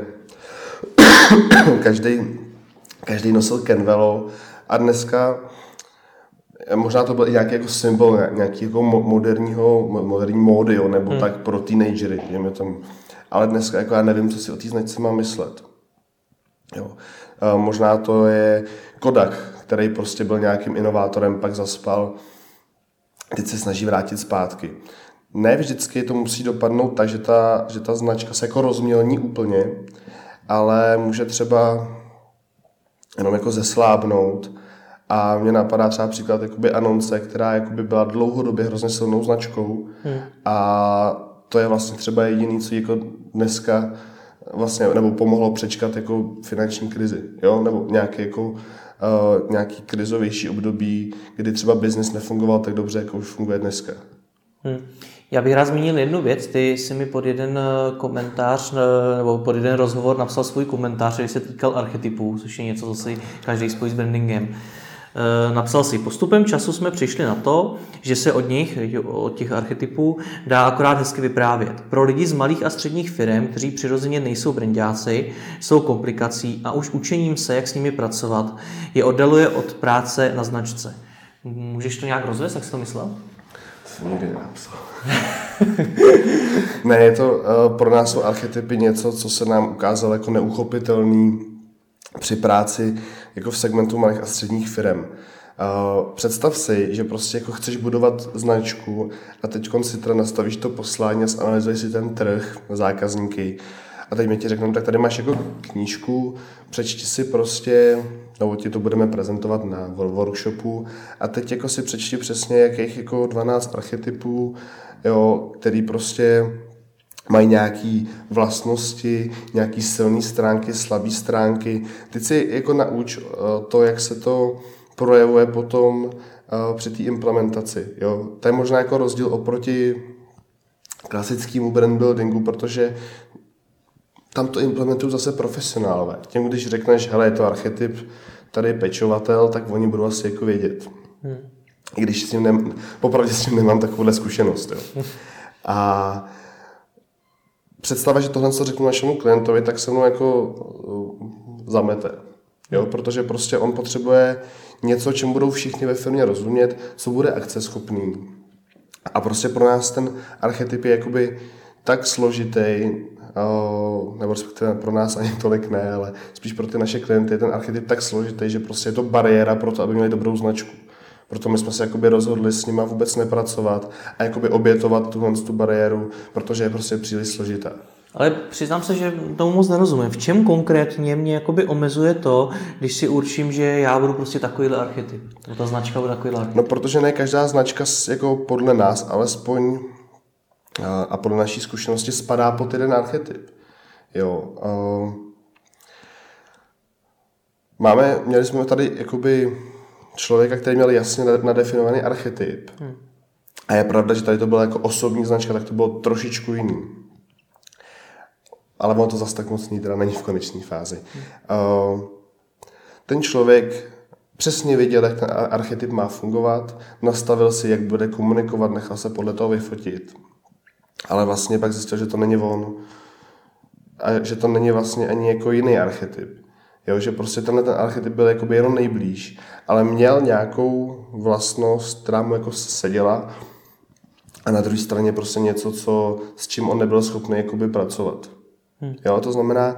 každý nosil Kenvelo a dneska možná to byl i nějaký jako symbol nějaký jako moderní módy, jo, nebo tak pro teenagery, ale dneska jako já nevím, co si o té značce mám myslet. Jo. Možná to je Kodak, který prostě byl nějakým inovátorem, pak zaspal, teď se snaží vrátit zpátky. Ne vždycky to musí dopadnout tak, že ta značka se jako rozmělní úplně, ale může třeba jenom jako zeslábnout. A mě napadá třeba příklad jakoby Anonce, která jakoby byla dlouhodobě hrozně silnou značkou a to je vlastně třeba jediný, co jako dneska vlastně, nebo pomohlo přečkat jako finanční krizi, jo? Nebo nějaký krizovější období, kdy třeba biznis nefungoval tak dobře, jako už funguje dneska. Já bych rád zmínil jednu věc. Ty jsi mi pod jeden komentář nebo pod jeden rozhovor napsal svůj komentář, který se týkal archetypů, což je něco, co si každý spojí s brandingem. Napsal si, postupem času jsme přišli na to, že se od těch archetypů dá akorát hezky vyprávět. Pro lidi z malých a středních firm, kteří přirozeně nejsou brandáci, jsou komplikací a už učením se, jak s nimi pracovat, je oddaluje od práce na značce. Můžeš to nějak rozvést, jak jsi to myslel? Jsem nikdy nenapsal. Ne, je to pro nás jsou archetypy něco, co se nám ukázalo jako neuchopitelný při práci jako v segmentu malých a středních firm. Představ si, že prostě jako chceš budovat značku a teď si teda nastavíš to poslání a zanalyzuješ si ten trh, zákazníky a teď mi ti řeknou, tak tady máš jako knížku, přečti si prostě, nebo ti to budeme prezentovat na workshopu a teď jako si přečti přesně jakých jako 12 archetypů, jo, který prostě mají nějaké vlastnosti, nějaké silné stránky, slabé stránky. Teď si jako nauč to, jak se to projevuje potom při té implementaci. Jo. To je možná jako rozdíl oproti klasickému brand buildingu, protože tam to implementují zase profesionálové. Těm, když řekneš, hele, je to archetyp, tady je pečovatel, tak oni budou asi jako vědět. I když s tím popravdě s tím nemám takovouhle zkušenost. Jo. A představa, že tohle, co řeknu našemu klientovi, tak se mnou jako zamete. Jo? Protože prostě on potřebuje něco, čemu budou všichni ve firmě rozumět, co bude akceschopný. A prostě pro nás ten archetyp je jakoby tak složitý, nebo respektive pro nás ani tolik ne, ale spíš pro ty naše klienty je ten archetyp tak složitý, že prostě je to bariéra pro to, aby měli dobrou značku. Proto my jsme se jakoby rozhodli s nima vůbec nepracovat a jakoby obětovat tu bariéru, protože je prostě příliš složitá. Ale přiznám se, že tomu moc nerozumím. V čem konkrétně mě jakoby omezuje to, když si určím, že já budu prostě takovýhle archetyp, nebo ta značka bude takovýhle archetyp? No, protože ne každá značka jako podle nás, alespoň a podle naší zkušenosti spadá pod jeden archetyp. Jo. Měli jsme tady jakoby člověka, který měl jasně nadefinovaný archetyp. A je pravda, že tady to byla jako osobní značka, tak to bylo trošičku jiný. Ale ono to zase tak moc teda není v konečné fázi. Ten člověk přesně věděl, jak ten archetyp má fungovat, nastavil si, jak bude komunikovat, nechal se podle toho vyfotit. Ale vlastně pak zjistil, že to není on. A že to není vlastně ani jako jiný archetyp. Jo, že prostě ten archetyp byl jakoby jenom nejblíž, ale měl nějakou vlastnost, která mu jako seděla a na druhé straně prostě něco, s čím on nebyl schopný jakoby pracovat. Jo, to znamená,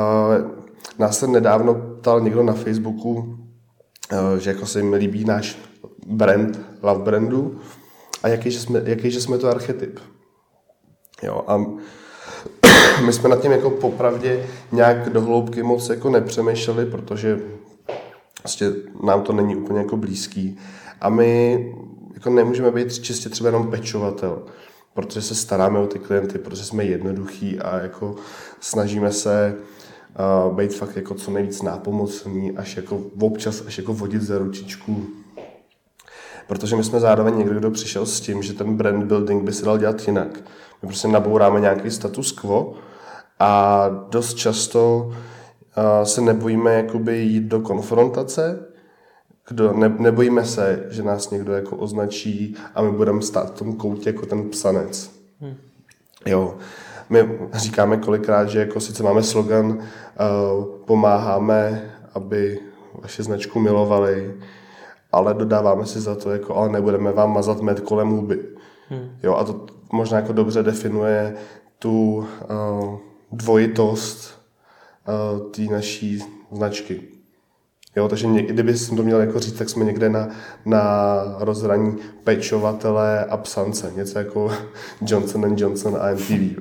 nás se nedávno ptal někdo na Facebooku, že jako se jim líbí náš brand, Love Brandu a jaký že jsme to archetyp. Jo, a my jsme nad tím jako popravdě nějak do hloubky moc jako nepřemýšleli, protože vlastně nám to není úplně jako blízký. A my jako nemůžeme být čistě třeba jenom pečovatel, protože se staráme o ty klienty, protože jsme jednoduchí a jako snažíme se být fakt jako co nejvíc nápomocný, až jako občas až jako vodit za ručičku. Protože my jsme zároveň někdo, kdo přišel s tím, že ten brand building by se dal dělat jinak. My prostě nabouráme nějaký status quo a dost často se nebojíme jakoby jít do konfrontace, nebojíme se, že nás někdo jako označí a my budeme stát v tom koutě jako ten psanec. Jo. My říkáme kolikrát, že jako sice máme slogan pomáháme, aby vaši značku milovali, ale dodáváme si za to, jako, ale nebudeme vám mazat med kolem huby. Jo, a to možná jako dobře definuje tu dvojitost té naší značky. Jo, takže kdyby jsem to měl jako říct, tak jsme někde na rozhraní pečovatele a psance. Něco jako Johnson & Johnson a MTV.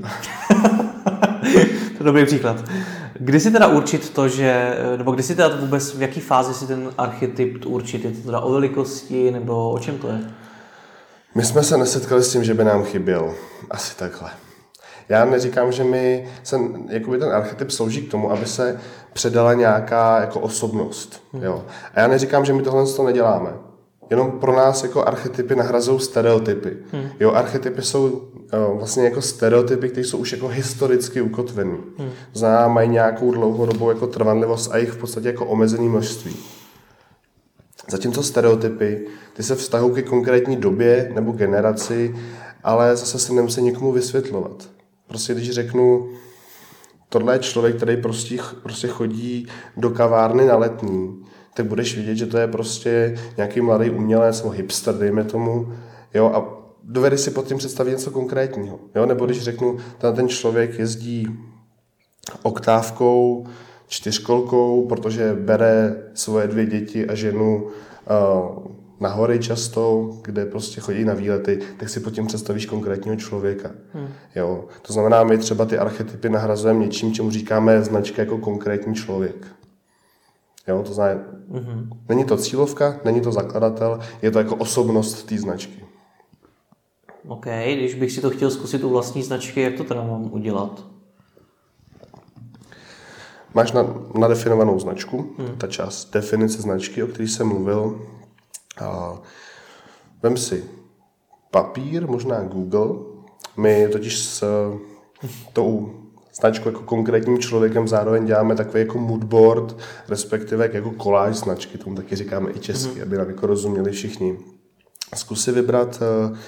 To je dobrý příklad. Kdy si teda určit to, nebo kdy si teda vůbec, v jaký fázi si ten archetyp určit? Je to teda o velikosti, nebo o čem to je? My jsme se nesetkali s tím, že by nám chyběl. Asi takhle. Já neříkám, že jakoby ten archetyp slouží k tomu, aby se předala nějaká jako osobnost. Jo. A já neříkám, že my tohle neděláme. Jenom pro nás jako archetypy nahrazují stereotypy. Jo, archetypy jsou vlastně jako stereotypy, které jsou už jako historicky ukotvený. Mají nějakou dlouhodobou jako trvanlivost a jich v podstatě jako omezený množství. Zatímco stereotypy, ty se vztahují ke konkrétní době nebo generaci, ale zase se nemusí někomu vysvětlovat. Prostě když řeknu, tohle je člověk, který prostě chodí do kavárny na Letní, tak budeš vidět, že to je prostě nějaký mladý umělec nebo hipster, dejme tomu, jo, a dovedeš si pod tím představit něco konkrétního, jo, nebo když řeknu, ten člověk jezdí oktávkou, 4kolkou, protože bere svoje 2 děti a ženu na hory často, kde prostě chodí na výlety, tak si pod tím představíš konkrétního člověka. Jo. To znamená, my třeba ty archetypy nahrazujeme něčím, čemu říkáme značka jako konkrétní člověk. Jo, to znamená, není to cílovka, není to zakladatel, je to jako osobnost té značky. OK, když bych si to chtěl zkusit u vlastní značky, jak to teda mám udělat? Máš nadefinovanou značku, ta část definice značky, o které jsem mluvil. Vem si papír, možná Google. My totiž s tou značkou jako konkrétním člověkem zároveň děláme takový jako moodboard, respektive jako koláž značky, tomu taky říkáme i česky, aby nám jako rozuměli všichni. Zkus si vybrat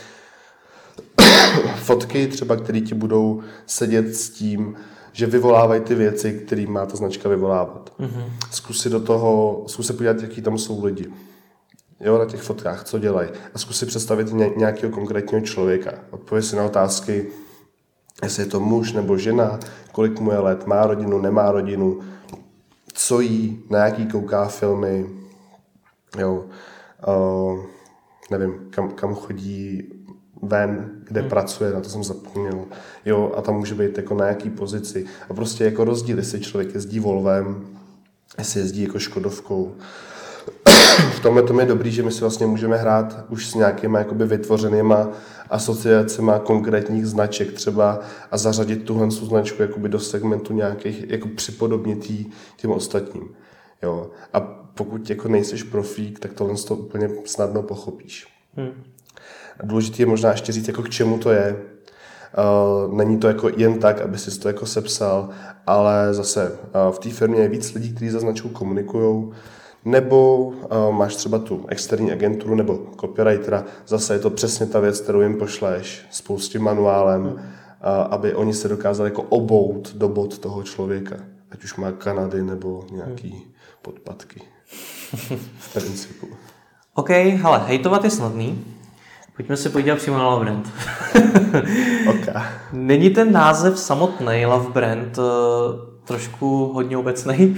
fotky třeba, které ti budou sedět s tím, že vyvolávají ty věci, které má ta značka vyvolávat. Zkus se podívat, jaký tam jsou lidi. Jo, na těch fotkách, co dělají. A zkus si představit nějakého konkrétního člověka. Odpověď si na otázky, jestli je to muž nebo žena, kolik mu je let, má rodinu, nemá rodinu, co jí, na jaký kouká filmy, jo, nevím, kam chodí ven, kde pracuje, na to jsem zapomněl. Jo, a tam může být jako na jaký pozici. A prostě jako rozdíl, jestli člověk jezdí Volvem, jestli jezdí jako Škodovkou. V tomhle tom je dobrý, že my si vlastně můžeme hrát už s nějakýma jakoby vytvořenýma asociacema konkrétních značek třeba a zařadit tuhle značku jakoby do segmentu nějakých, jako připodobnit těm ostatním. Jo. A pokud jako nejseš profík, tak tohle to úplně snadno pochopíš. Důležité je možná ještě říct, jako k čemu to je. Není to jako jen tak, aby si to jako sepsal, ale zase v té firmě je víc lidí, kteří za značku komunikujou, nebo máš třeba tu externí agenturu nebo copywritera, zase je to přesně ta věc, kterou jim pošleš spolu s tím manuálem, aby oni se dokázali jako obout do bod toho člověka, ať už má Kanady nebo nějaký podpatky. V principu. OK, hele, hejtovat je snadný. Pojďme se podívat přímo na Love Brand. Okay. Není ten název samotný Love Brand trošku hodně obecný?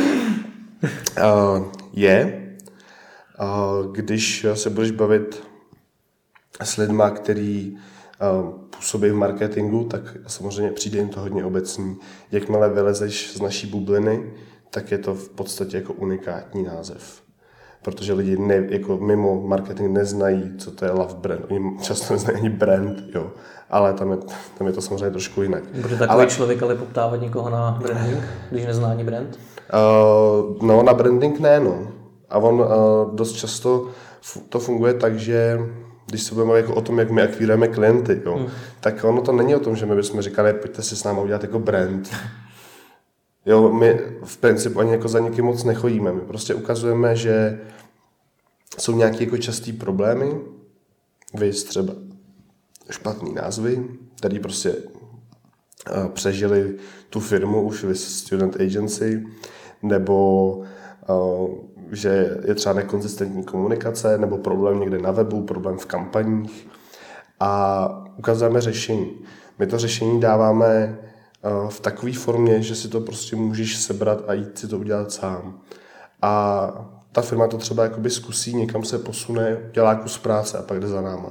Když se budeš bavit s lidma, který působí v marketingu, tak samozřejmě přijde jim to hodně obecný. Jakmile vylezeš z naší bubliny, tak je to v podstatě jako unikátní název. Protože lidi jako mimo marketing neznají, co to je Love Brand. Oni často neznají ani brand, jo. Ale tam je to samozřejmě trošku jinak. Bude takový člověk ale poptávat někoho na branding, když nezná ani brand? No, na branding ne, no. A on dost často to funguje tak, že když se budeme jako o tom, jak my akvírujeme klienty, jo, tak ono to není o tom, že my bychom říkali, pojďte si s námi udělat jako brand. Jo, my v principu ani jako za nikým moc nechodíme. My prostě ukazujeme, že jsou nějaké jako častý problémy, viz třeba špatný názvy, který prostě přežili tu firmu už viz Student Agency, nebo že je třeba nekonzistentní komunikace, nebo problém někde na webu, problém v kampaních a ukazujeme řešení. My to řešení dáváme v takové formě, že si to prostě můžeš sebrat a jít si to udělat sám. A ta firma to třeba jakoby zkusí, někam se posune, dělá kus práce a pak jde za náma.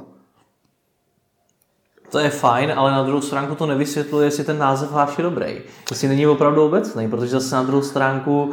To je fajn, ale na druhou stránku to nevysvětluje, jestli ten název váš je dobrý. Jestli není opravdu obecný, protože zase na druhou stránku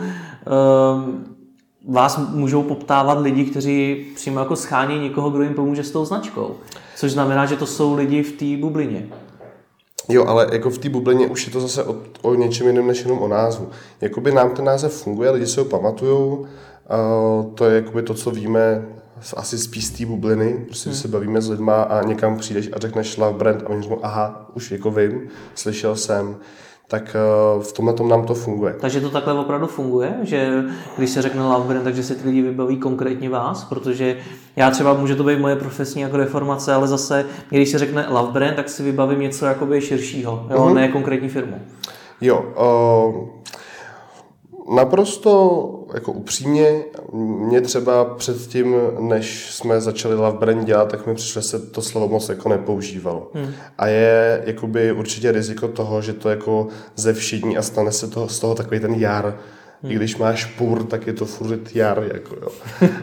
vás můžou poptávat lidi, kteří přímo jako schání někoho, kdo jim pomůže s tou značkou. Což znamená, že to jsou lidi v té bublině. Jo, ale jako v té bublině už je to zase o něčem jiném než jenom o názvu. Jakoby nám ten název funguje, lidi si ho pamatujou, to je jakoby to, co víme asi spíš z té bubliny, prostě když se bavíme s lidma a někam přijdeš a řekneš Love Brand a oni řeknou, aha, už jako vím, slyšel jsem, tak v tomhle tom nám to funguje. Takže to takhle opravdu funguje, že když se řekne Love Brand, takže si ty lidi vybaví konkrétně vás, protože já třeba, může to být moje profesní jako deformace, ale zase, když se řekne Love Brand, tak si vybavím něco jakoby širšího, jo? Ne konkrétní firmu. Jo, naprosto jako upřímně, mě třeba předtím, než jsme začali Love Brand dělat, tak mi přišlo, že se to slovo moc jako nepoužívalo. A je jakoby určitě riziko toho, že to jako zevšední a stane se z toho takový ten jar. I když máš půr, tak je to furt jar. Jako, jo.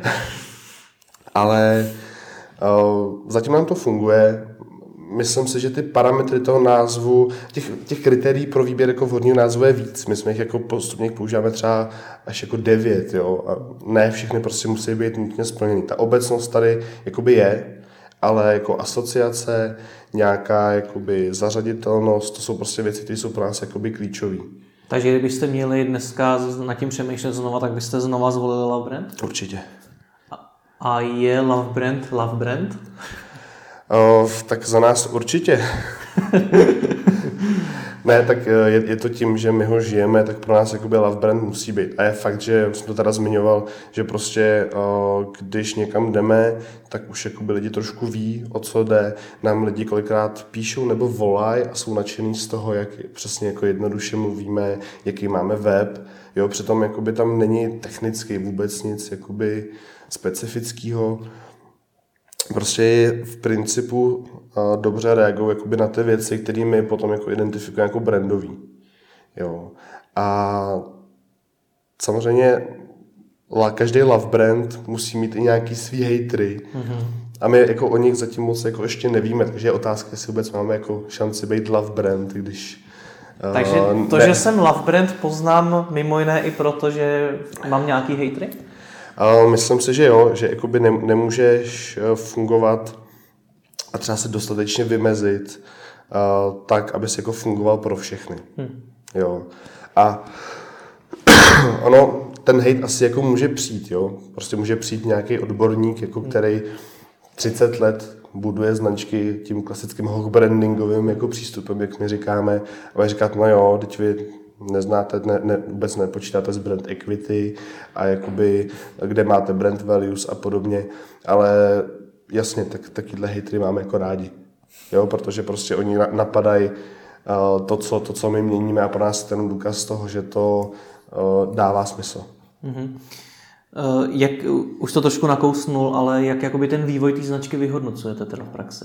Ale zatím nám to funguje. Myslím si, že ty parametry toho názvu, těch kritérií pro výběr jako vhodného názvu je víc. My jsme jich jako postupně používáme třeba až jako 9, jo. A ne všechny prostě musí být nutně splněný. Ta obecnost tady jakoby je, ale jako asociace, nějaká jakoby zařaditelnost, to jsou prostě věci, které jsou pro nás jakoby klíčové. Takže kdybyste měli dneska nad tím přemýšlet znova, tak byste znova zvolili Love Brand? Určitě. A je Love Brand? Tak za nás určitě. Ne, tak je to tím, že my ho žijeme, tak pro nás jakoby Love Brand musí být. A je fakt, že jsem to teda zmiňoval, že prostě když někam jdeme, tak už jakoby lidi trošku ví, o co jde. Nám lidi kolikrát píšou nebo volají a jsou nadšený z toho, jak přesně jako jednoduše mluvíme, jaký máme web. Jo, přitom jakoby tam není technicky vůbec nic jakoby specifického. Prostě je v principu dobře reagují jakoby na ty věci, které my potom jako identifikujeme jako brandový. Jo. A samozřejmě každý love brand musí mít i nějaký svý hejtry. A my jako o nich zatím moc jako ještě nevíme, takže je otázka, jestli vůbec máme jako šanci být love brand, když... Takže to, že jsem love brand, poznám mimo jiné i proto, že mám nějaký hejtry? Myslím si, že jo, že jakoby nemůžeš fungovat a třeba se dostatečně vymezit tak, aby se jako fungoval pro všechny. Jo. A ono, ten hate asi jako může přijít, jo. Prostě může přijít nějaký odborník, jako který 30 let buduje značky tím klasickým hawk brandingovým jako přístupem, jak my říkáme, a bude říkat, no jo, teď vy neznáte, vůbec nepočítáte s brand equity a jakoby, kde máte brand values a podobně, ale jasně, takyhle hejtry máme jako rádi, jo, protože prostě oni napadají to, co my měníme a pro nás ten důkaz toho, že to dává smysl. Jak, už to trošku nakousnul, ale jak jakoby ten vývoj té značky vyhodnocujete teda v praxi?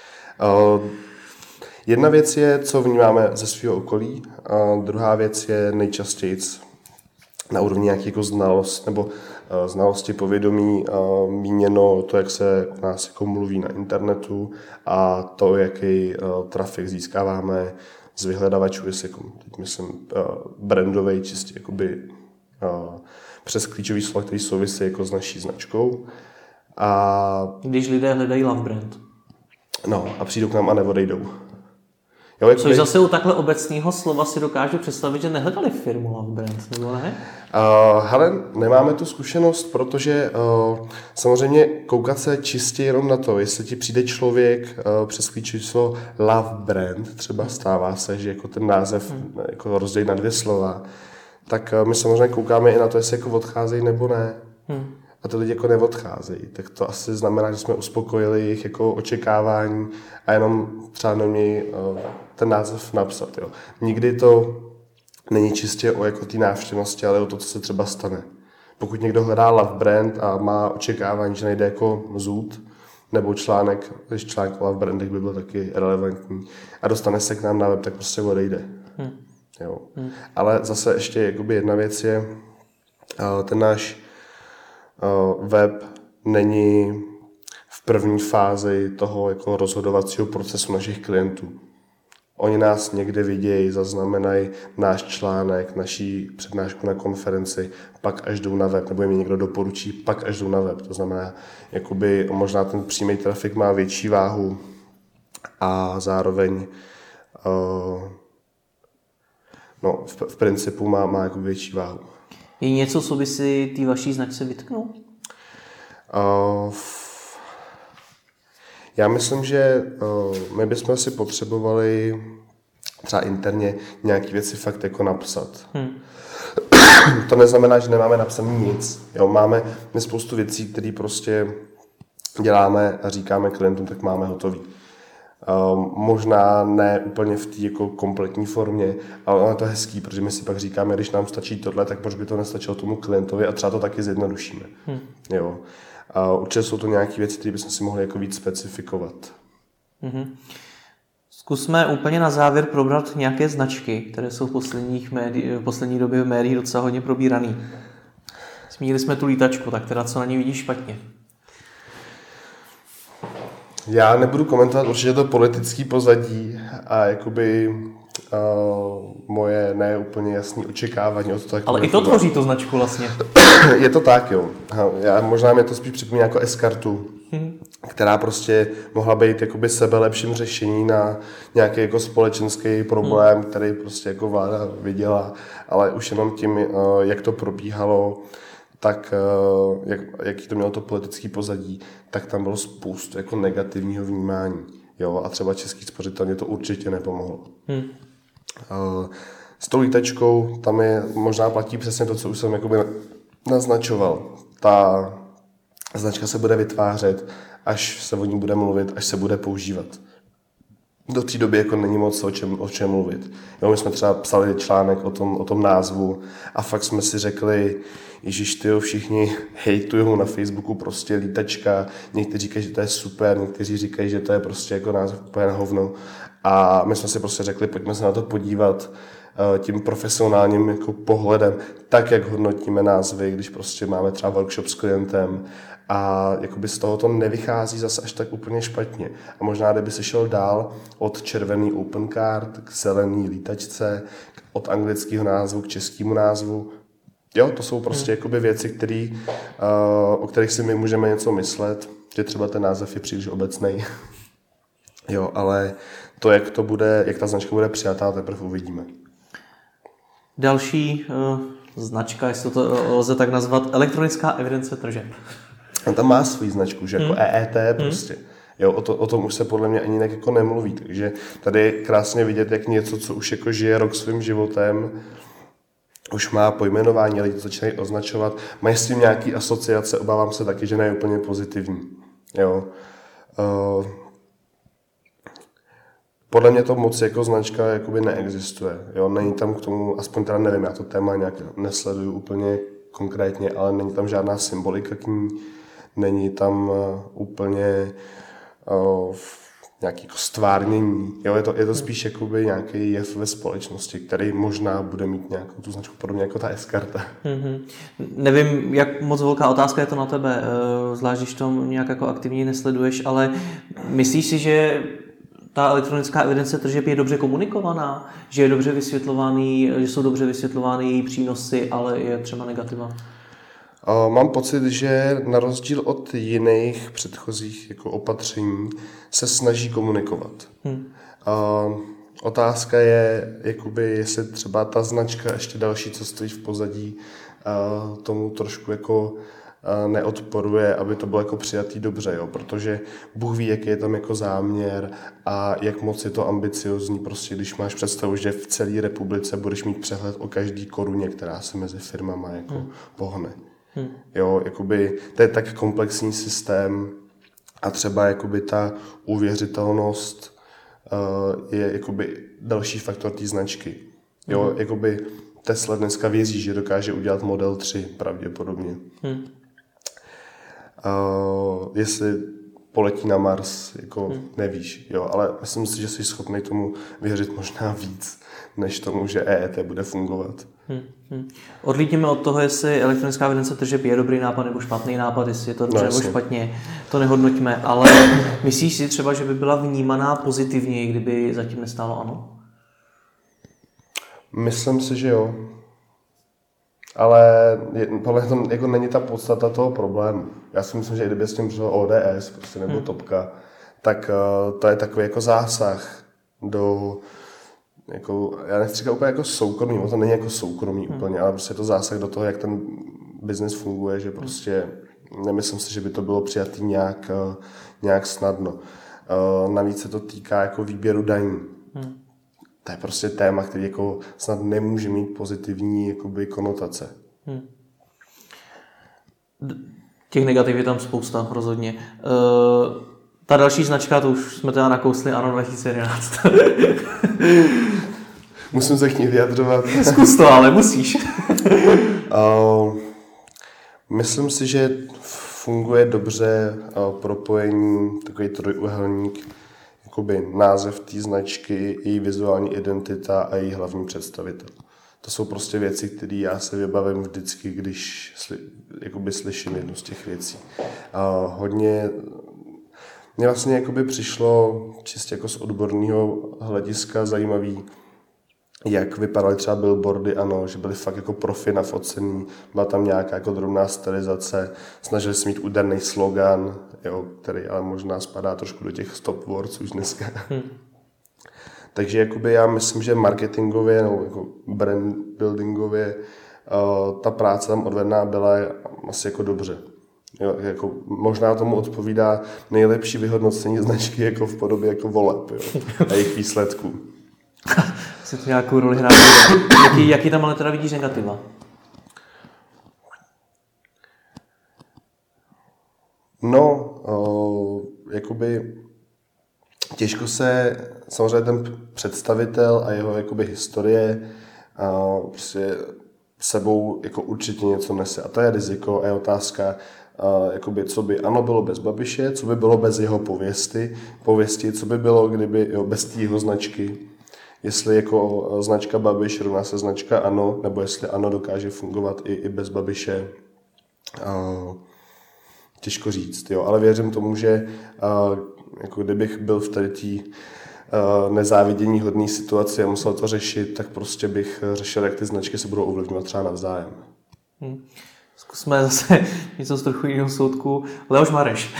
Jedna věc je, co vnímáme ze svého okolí, a druhá věc je nejčastěji na úrovni nějaký jako znalost nebo znalosti povědomí míněno to, jak se u nás jako mluví na internetu a to, jaký trafik získáváme z vyhledavačů, jestli jako, teď myslím, brandovej, čistě jakoby přes klíčový slova, který souvisí jako s naší značkou. A když lidé hledají love brand. No, a přijdou k nám a neodejdou. Jo, což zase u takhle obecného slova si dokážu představit, že nehledali firmu love brand, nebo ne? Hele, nemáme tu zkušenost, protože samozřejmě koukat se čistě jenom na to, jestli ti přijde člověk přes klíčové slovo love brand, třeba stává se, že jako ten název jako rozdělí na 2 slova, tak my samozřejmě koukáme i na to, jestli jako odcházejí nebo ne. A ty lidi jako neodcházejí, tak to asi znamená, že jsme uspokojili jejich jako očekávání a jenom třeba nemějí ten název napsat. Jo. Nikdy to není čistě o jako té návštěvnosti, ale o to, co se třeba stane. Pokud někdo hledá love brand a má očekávání, že najde jako zůd nebo článek, když článek o love brandech by byl taky relevantní a dostane se k nám na web, tak prostě odejde. Jo. Ale zase ještě jakoby jedna věc je, ten náš web není v první fázi toho jako rozhodovacího procesu našich klientů. Oni nás někde vidějí, zaznamenají náš článek, naší přednášku na konferenci, pak až jdou na web, nebo jim někdo doporučí, pak až jdou na web. To znamená, jakoby možná ten přímý trafik má větší váhu a zároveň v principu má jako větší váhu. Je něco, co by si ty vaší značce vytknul? Já myslím, že my bychom si potřebovali třeba interně nějaké věci fakt jako napsat. To neznamená, že nemáme napsaný nic. Jo, máme spoustu věcí, které prostě děláme a říkáme klientům, tak máme hotový. Možná ne úplně v té jako kompletní formě, ale ono je to hezký, protože my si pak říkáme, když nám stačí tohle, tak proč by to nestačilo tomu klientovi a třeba to taky zjednodušíme. Jo. Určitě jsou to nějaké věci, které bychom si mohli jako víc specifikovat. Zkusme úplně na závěr probrat nějaké značky, které jsou v poslední době v médiích docela hodně probíraný. Zmínili jsme tu lítačku, tak teda co na ní vidíš špatně? Já nebudu komentovat určitě to politické pozadí a jakoby moje ne úplně jasné očekávání od toho. Ale i to tvoří tu značku vlastně. Je to tak, jo. Možná mě to spíš připomíná jako S-kartu, která prostě mohla být jakoby sebelepším řešení na nějaký jako společenský problém, který prostě jako vláda viděla, ale už jenom tím, jak to probíhalo, tak jaký to mělo to politické pozadí, tak tam bylo spoustu jako negativního vnímání. Jo? A třeba Český spořitelně to určitě nepomohlo. S tou lítačkou tam možná platí přesně to, co už jsem jakoby naznačoval. Ta značka se bude vytvářet, až se o ní bude mluvit, až se bude používat. Do té doby jako není moc o čem mluvit. Jo, my jsme třeba psali článek o tom názvu a fakt jsme si řekli, ježiš, tyjo, všichni hejtujou na Facebooku prostě lítačka, někteří říkají, že to je super, někteří říkají, že to je prostě jako název úplně na hovno. A my jsme si prostě řekli, pojďme se na to podívat tím profesionálním jako pohledem, tak, jak hodnotíme názvy, když prostě máme třeba workshop s klientem a jakoby z toho to nevychází zase až tak úplně špatně. A možná, kdyby se šel dál od červený open card k zelený lítačce, od anglického názvu k českému názvu, jo, to jsou prostě jakoby věci, o kterých si my můžeme něco myslet, že třeba ten název je příliš obecnej. Jo, ale to, jak ta značka bude přijatá, teprve uvidíme. Další značka, jestli to lze tak nazvat, elektronická evidence tržeb. A tam má svou značku, že jako EET prostě. Jo, o tom už se podle mě ani jinak jako nemluví, takže tady je krásně vidět, jak něco, co už jako žije rok svým životem, už má pojmenování, lidi to začínají označovat, mají s tím nějaký asociace, obávám se taky, že ne úplně pozitivní. Jo. Podle mě to moc jako značka jakoby neexistuje. Jo. Není tam k tomu, aspoň teda nevím, já to téma nějak nesleduju úplně konkrétně, ale není tam žádná symbolika k ní, není tam úplně nějaké jako stvárnění. Jo, je to spíš jakoby nějaký jev ve společnosti, který možná bude mít nějakou tu značku podobně jako ta S-karta. Nevím, jak moc velká otázka je to na tebe, zvlášť když to nějak jako aktivně nesleduješ, ale myslíš si, že ta elektronická evidence tržeb je dobře komunikovaná, že je dobře vysvětlovaný, že jsou dobře vysvětlovány její přínosy, ale je třeba negativa? Mám pocit, že na rozdíl od jiných předchozích jako opatření se snaží komunikovat. Otázka je, jakoby, jestli třeba ta značka ještě další, co stojí v pozadí, tomu trošku jako neodporuje, aby to bylo jako přijatý dobře, jo? Protože Bůh ví, jaký je tam jako záměr a jak moc je to ambiciozní, prostě když máš představu, že v celé republice budeš mít přehled o každý koruně, která se mezi firmama jako pohne. Jo, jakoby, to je tak komplexní systém a třeba jakoby ta uvěřitelnost je jakoby další faktor té značky. Jo, jakoby Tesla dneska věří, že dokáže udělat Model 3 pravděpodobně. Jestli poletí na Mars, jako nevíš, jo, ale myslím si, že jsi schopný tomu věřit možná víc, než tomu, že EET bude fungovat. Odlítněme od toho, jestli elektronická evidence tržeb je dobrý nápad nebo špatný nápad, jestli je to dobře nebo špatně, to nehodnoťme, ale myslíš si třeba, že by byla vnímaná pozitivněji, kdyby zatím nestálo ANO? Myslím si, že jo. Ale podle to jako není ta podstata toho problému. Já si myslím, že i kdyby s tím přišel ODS prostě, nebo Topka, tak to je takový jako zásah do, jako, já nechci říkat úplně jako soukromí, to není jako soukromí úplně, ale prostě je to zásah do toho, jak ten biznis funguje, že prostě nemyslím si, že by to bylo přijatý nějak snadno. Navíc se to týká jako výběru daní. to je prostě téma, který jako snad nemůže mít pozitivní jakoby konotace. Těch negativ je tam spousta, rozhodně. Ta další značka, to už jsme teda nakousli, ano, 2011. Musím se k ní vyjadřovat. Zkus to, ale musíš. Myslím si, že funguje dobře propojení, takový trojúhelník, jakoby název té značky, její vizuální identita a její hlavní představitel. To jsou prostě věci, které já se vybavím vždycky, když jakoby slyším jednu z těch věcí. Hodně mně vlastně jakoby přišlo čistě jako z odborného hlediska zajímavý, jak vypadaly třeba billboardy, ano, že byly fakt jako profi nafocený, byla tam nějaká jako drobná stylizace, snažili se mít úderný slogan, jo, který ale možná spadá trošku do těch stop words už dneska. Takže jakoby já myslím, že marketingově nebo jako brand buildingově ta práce tam odvedná byla asi jako dobře. Jo, jako možná tomu odpovídá nejlepší vyhodnocení značky jako v podobě jako voleb, jo, a jejich výsledků. Si to nějakou roli hrát. Jaký tam ale teda vidíš negativa? No, jakoby těžko se, samozřejmě ten představitel a jeho jakoby historie prostě sebou jako určitě něco nese. A to je riziko a je otázka, jakoby, co by ano bylo bez Babiše, co by bylo bez jeho pověsti, co by bylo, kdyby bez té jeho značky, jestli jako značka Babiš rovná se značka ANO, nebo jestli ANO dokáže fungovat i bez Babiše. Těžko říct, jo, ale věřím tomu, že jako kdybych byl v tady té nezávidění hodné situaci a musel to řešit, tak prostě bych řešil, jak ty značky se budou ovlivňovat třeba navzájem. Zkusme zase něco z trochu jiného soudku. Leoš Mareš.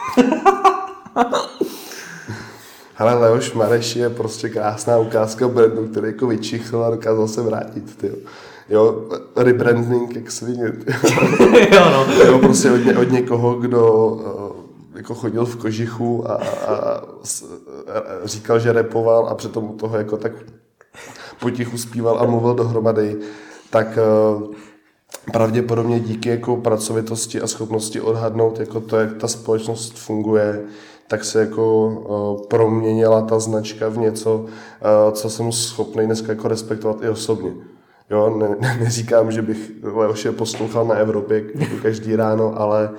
Hele, Leoš Mareš je prostě krásná ukázka brandu, který jako vyčichl a dokázal se vrátit, tyjo. Jo, rebranding jak svině. Jo, no. Jo, prostě od někoho, kdo jako chodil v kožichu a říkal, že rapoval a přitom u toho jako tak potichu zpíval a mluvil dohromady, tak pravděpodobně díky jako pracovitosti a schopnosti odhadnout jako to, jak ta společnost funguje, tak se jako proměnila ta značka v něco, co jsem schopný dneska jako respektovat i osobně. Jo, neříkám, že bych Leoše poslouchal na Evropě každý ráno, ale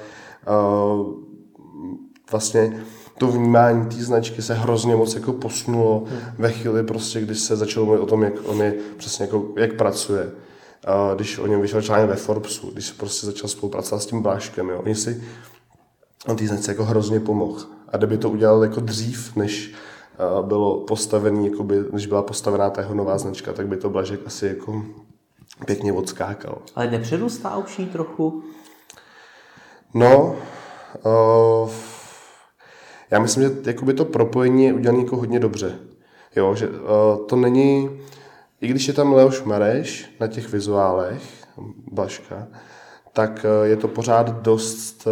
vlastně to vnímání té značky se hrozně moc jako posunulo ve chvíli prostě, když se začalo mluvit o tom, jak on je přesně jako, jak pracuje. Když o něm vyšel článek ve Forbesu, když se prostě začal spolupracovat s tím Blažkem, jo. On té značce jako hrozně pomohl. A kdyby to udělal jako dřív, než bylo postavený, jakoby, než byla postavená ta jeho nová značka, tak by to Blažek asi jako pěkně odskákal. Ale nepředůstá už jí trochu? No, já myslím, že jakoby to propojení je udělané jako hodně dobře. Jo, že to není, i když je tam Leoš Mareš na těch vizuálech, Blažka, tak je to pořád dost...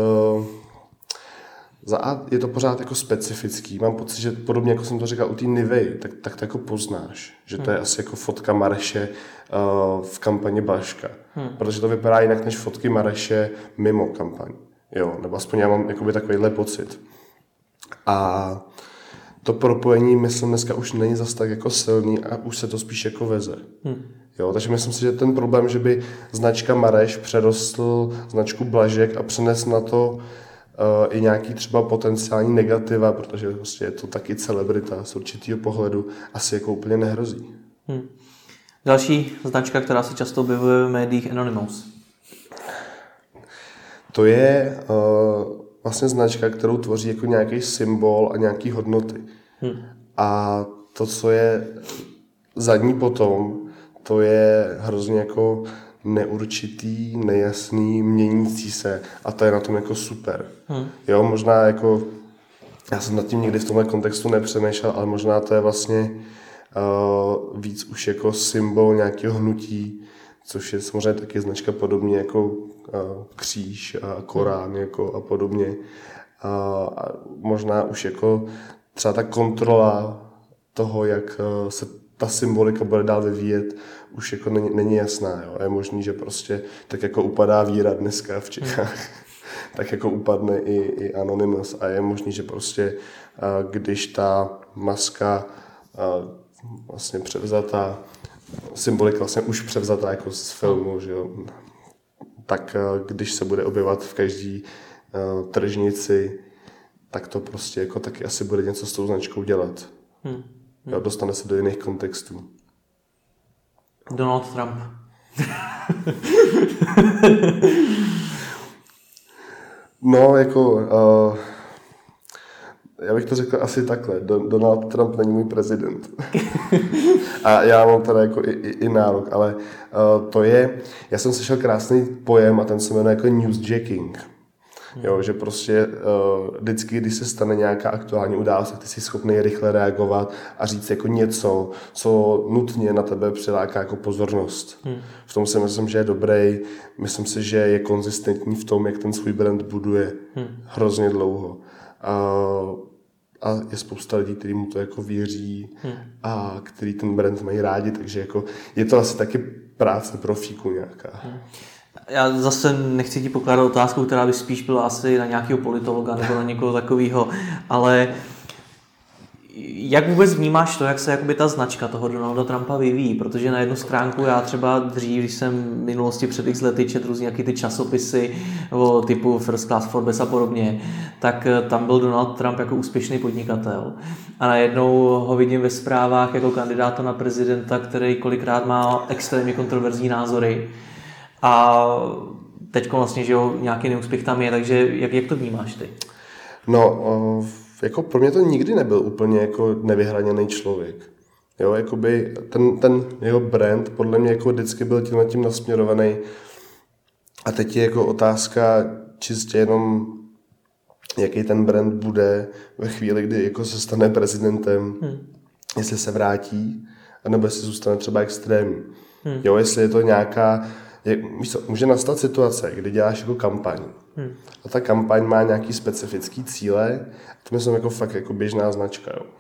je to pořád jako specifický. Mám pocit, že podobně jako jsem to říkal u té Nivei, tak to jako poznáš, že to je asi jako fotka Mareše v kampani Blažka. Protože to vypadá jinak než fotky Mareše mimo kampaň. Jo, nebo aspoň já mám jakoby takovýhle pocit. A to propojení, myslím, dneska už není zas tak jako silný a už se to spíš jako veze. Jo, takže myslím si, že ten problém, že by značka Mareš přerostl značku Blažek a přenes na to i nějaký třeba potenciální negativa, protože vlastně je to taky celebrita z určitého pohledu, asi jako úplně nehrozí. Další značka, která se často objevuje v médiích, Anonymous. To je vlastně značka, kterou tvoří jako nějaký symbol a nějaký hodnoty. A to, co je za ní potom, to je hrozně jako neurčitý, nejasný, měnící se a to je na tom jako super. Jo, možná jako, já jsem nad tím nikdy v tomhle kontextu nepřemýšlel, ale možná to je vlastně víc už jako symbol nějakého hnutí, což je samozřejmě taky značka podobně jako kříž a Korán jako a podobně. A možná už jako třeba ta kontrola toho, jak se ta symbolika bude dál vyvíjet, už jako není jasná. Jo? A je možný, že prostě tak jako upadá víra dneska v Čechách, tak jako upadne i Anonymous. A je možný, že prostě když ta maska vlastně převzatá, symbolika vlastně už převzatá jako z filmu, že jo? Tak když se bude objevovat v každý tržnici, tak to prostě jako taky asi bude něco s tou značkou dělat. Jo, dostane se do jiných kontextů. Donald Trump. No, jako... já bych to řekl asi takhle. Donald Trump není můj prezident. A já mám teda jako i nárok, ale to je... Já jsem slyšel krásný pojem a ten se jmenuje jako newsjacking. Jo, že prostě vždycky, když se stane nějaká aktuální událost, tak ty jsi schopný rychle reagovat a říct jako něco, co nutně na tebe přiláká jako pozornost. V tom si myslím, že je dobrý. Myslím si, že je konzistentní v tom, jak ten svůj brand buduje hrozně dlouho. A je spousta lidí, kteří mu to jako věří a který ten brand mají rádi, takže jako je to asi taky práce profíku nějaká. Já zase nechci ti pokládat otázku, která by spíš byla asi na nějakého politologa nebo na někoho takového, ale jak vůbec vnímáš to, jak se jakoby ta značka toho Donalda Trumpa vyvíjí? Protože na jednu stránku já třeba dřív, když jsem v minulosti před x lety četl různý nějaký ty časopisy o typu First Class Forbes a podobně, tak tam byl Donald Trump jako úspěšný podnikatel. A najednou ho vidím ve zprávách jako kandidáta na prezidenta, který kolikrát má extrémně kontroverzní názory. A teď vlastně, že jo, nějaký neúspěch tam je, takže jak to vnímáš ty? No, jako pro mě to nikdy nebyl úplně jako nevyhraněný člověk. Jo, jakoby ten jeho brand podle mě jako vždycky byl tím nasměrovaný. A teď je jako otázka čistě jenom, jaký ten brand bude ve chvíli, kdy jako se stane prezidentem, jestli se vrátí, anebo jestli zůstane třeba extrémní. Jo, jestli je to nějaká... Může nastat situace, kdy děláš jako kampaň. A ta kampaň má nějaký specifický cíle. To myslím jako fakt jako běžná značka. Jo.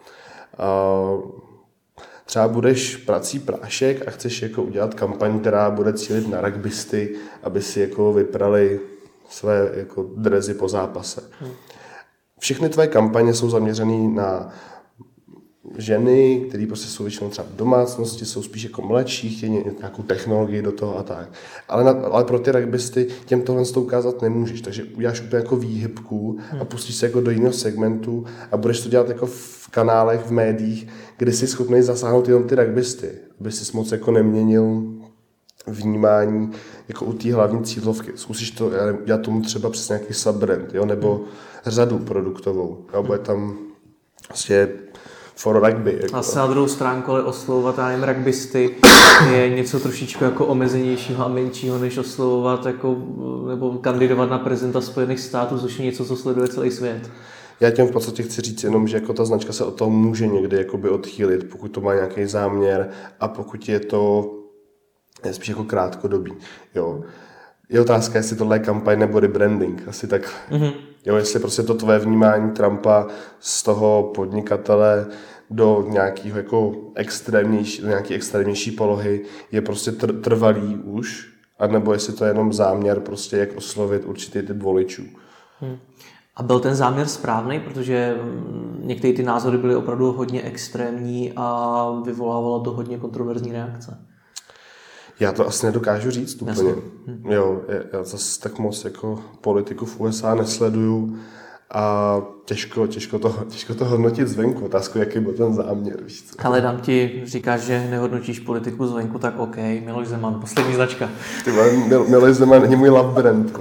Třeba budeš prací prášek a chceš jako udělat kampaň, která bude cílit na rugbysty, aby si jako vyprali své jako drezy po zápase. Všechny tvoje kampaně jsou zaměřené na ženy, které prostě jsou většinou třeba v domácnosti, jsou spíš jako mladší, chtějí nějakou technologii do toho a tak. Ale pro ty rugbysty těm tohle to ukázat nemůžeš, takže uděláš úplně jako výhybku a pustíš se jako do jiného segmentu a budeš to dělat jako v kanálech, v médiích, kde jsi schopný zasáhnout jenom ty rugbysty, aby jsi moc jako neměnil vnímání jako u té hlavní cílovky. Zkusíš to dělat tomu třeba přes nějaký subbrand, jo, nebo řadu produktovou, jo, bude tam vlastně for rugby. Jako. A na druhou stránku, ale oslovovat rugbysty je něco trošičku jako omezenějšího a menšího, než oslovovat jako, nebo kandidovat na prezidenta Spojených států, což je něco, co sleduje celý svět. Já těm v podstatě chci říct jenom, že jako ta značka se od toho může někdy jakoby odchýlit, pokud to má nějaký záměr a pokud je to spíš jako krátkodobý. Jo. Je otázka, jestli tohle je kampaň nebo rebranding, asi tak. Jo, jestli prostě to tvoje vnímání Trumpa z toho podnikatele do nějakého jako nějaký extrémnější polohy je prostě trvalý už, anebo jestli to je jenom záměr prostě jak oslovit určitý typ voličů. A byl ten záměr správný, protože některé ty názory byly opravdu hodně extrémní a vyvolávalo to hodně kontroverzní reakce. Já to asi nedokážu říct úplně. Jo, já zase tak moc jako politiku v USA nesleduju a těžko to hodnotit zvenku. Otázku, jaký byl ten záměr, víš co? Ale dám ti, říkáš, že nehodnotíš politiku zvenku, tak OK, Miloš Zeman, poslední značka. Ty Miloš Zeman není můj love brand.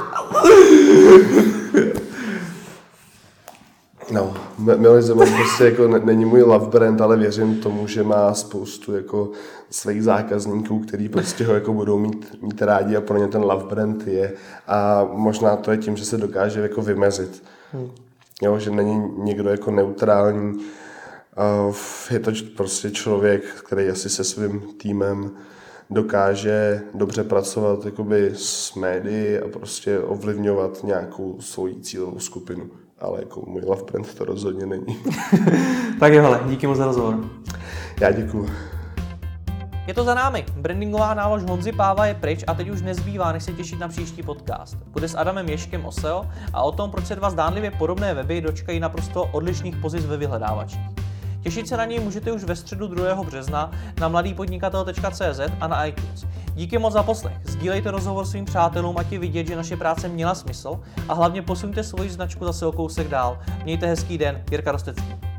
No, Miloš Zeman prostě jako není můj love brand, ale věřím tomu, že má spoustu jako svých zákazníků, který prostě ho jako budou mít rádi a pro ně ten love brand je. A možná to je tím, že se dokáže jako vymezit. Jo, že není někdo jako neutrální. Je to prostě člověk, který asi se svým týmem dokáže dobře pracovat jakoby s médií a prostě ovlivňovat nějakou svoji cílovou skupinu. Ale jako můj love brand to rozhodně není. Tak jo, hele, díky moc za rozhovor. Já děkuju. Je to za námi. Brandingová nálož Honzy Páva je pryč a teď už nezbývá, než se těšit na příští podcast. Bude s Adamem Ježkem o SEO a o tom, proč se dva zdánlivě podobné weby dočkají naprosto odlišných pozic ve vyhledávačích. Těšit se na něj můžete už ve středu 2. března na mladýpodnikatel.cz a na iTunes. Díky moc za poslech. Sdílejte rozhovor svým přátelům, ať je vidět, že naše práce měla smysl a hlavně posuňte svoji značku zase o kousek dál. Mějte hezký den. Jirka Rostecký.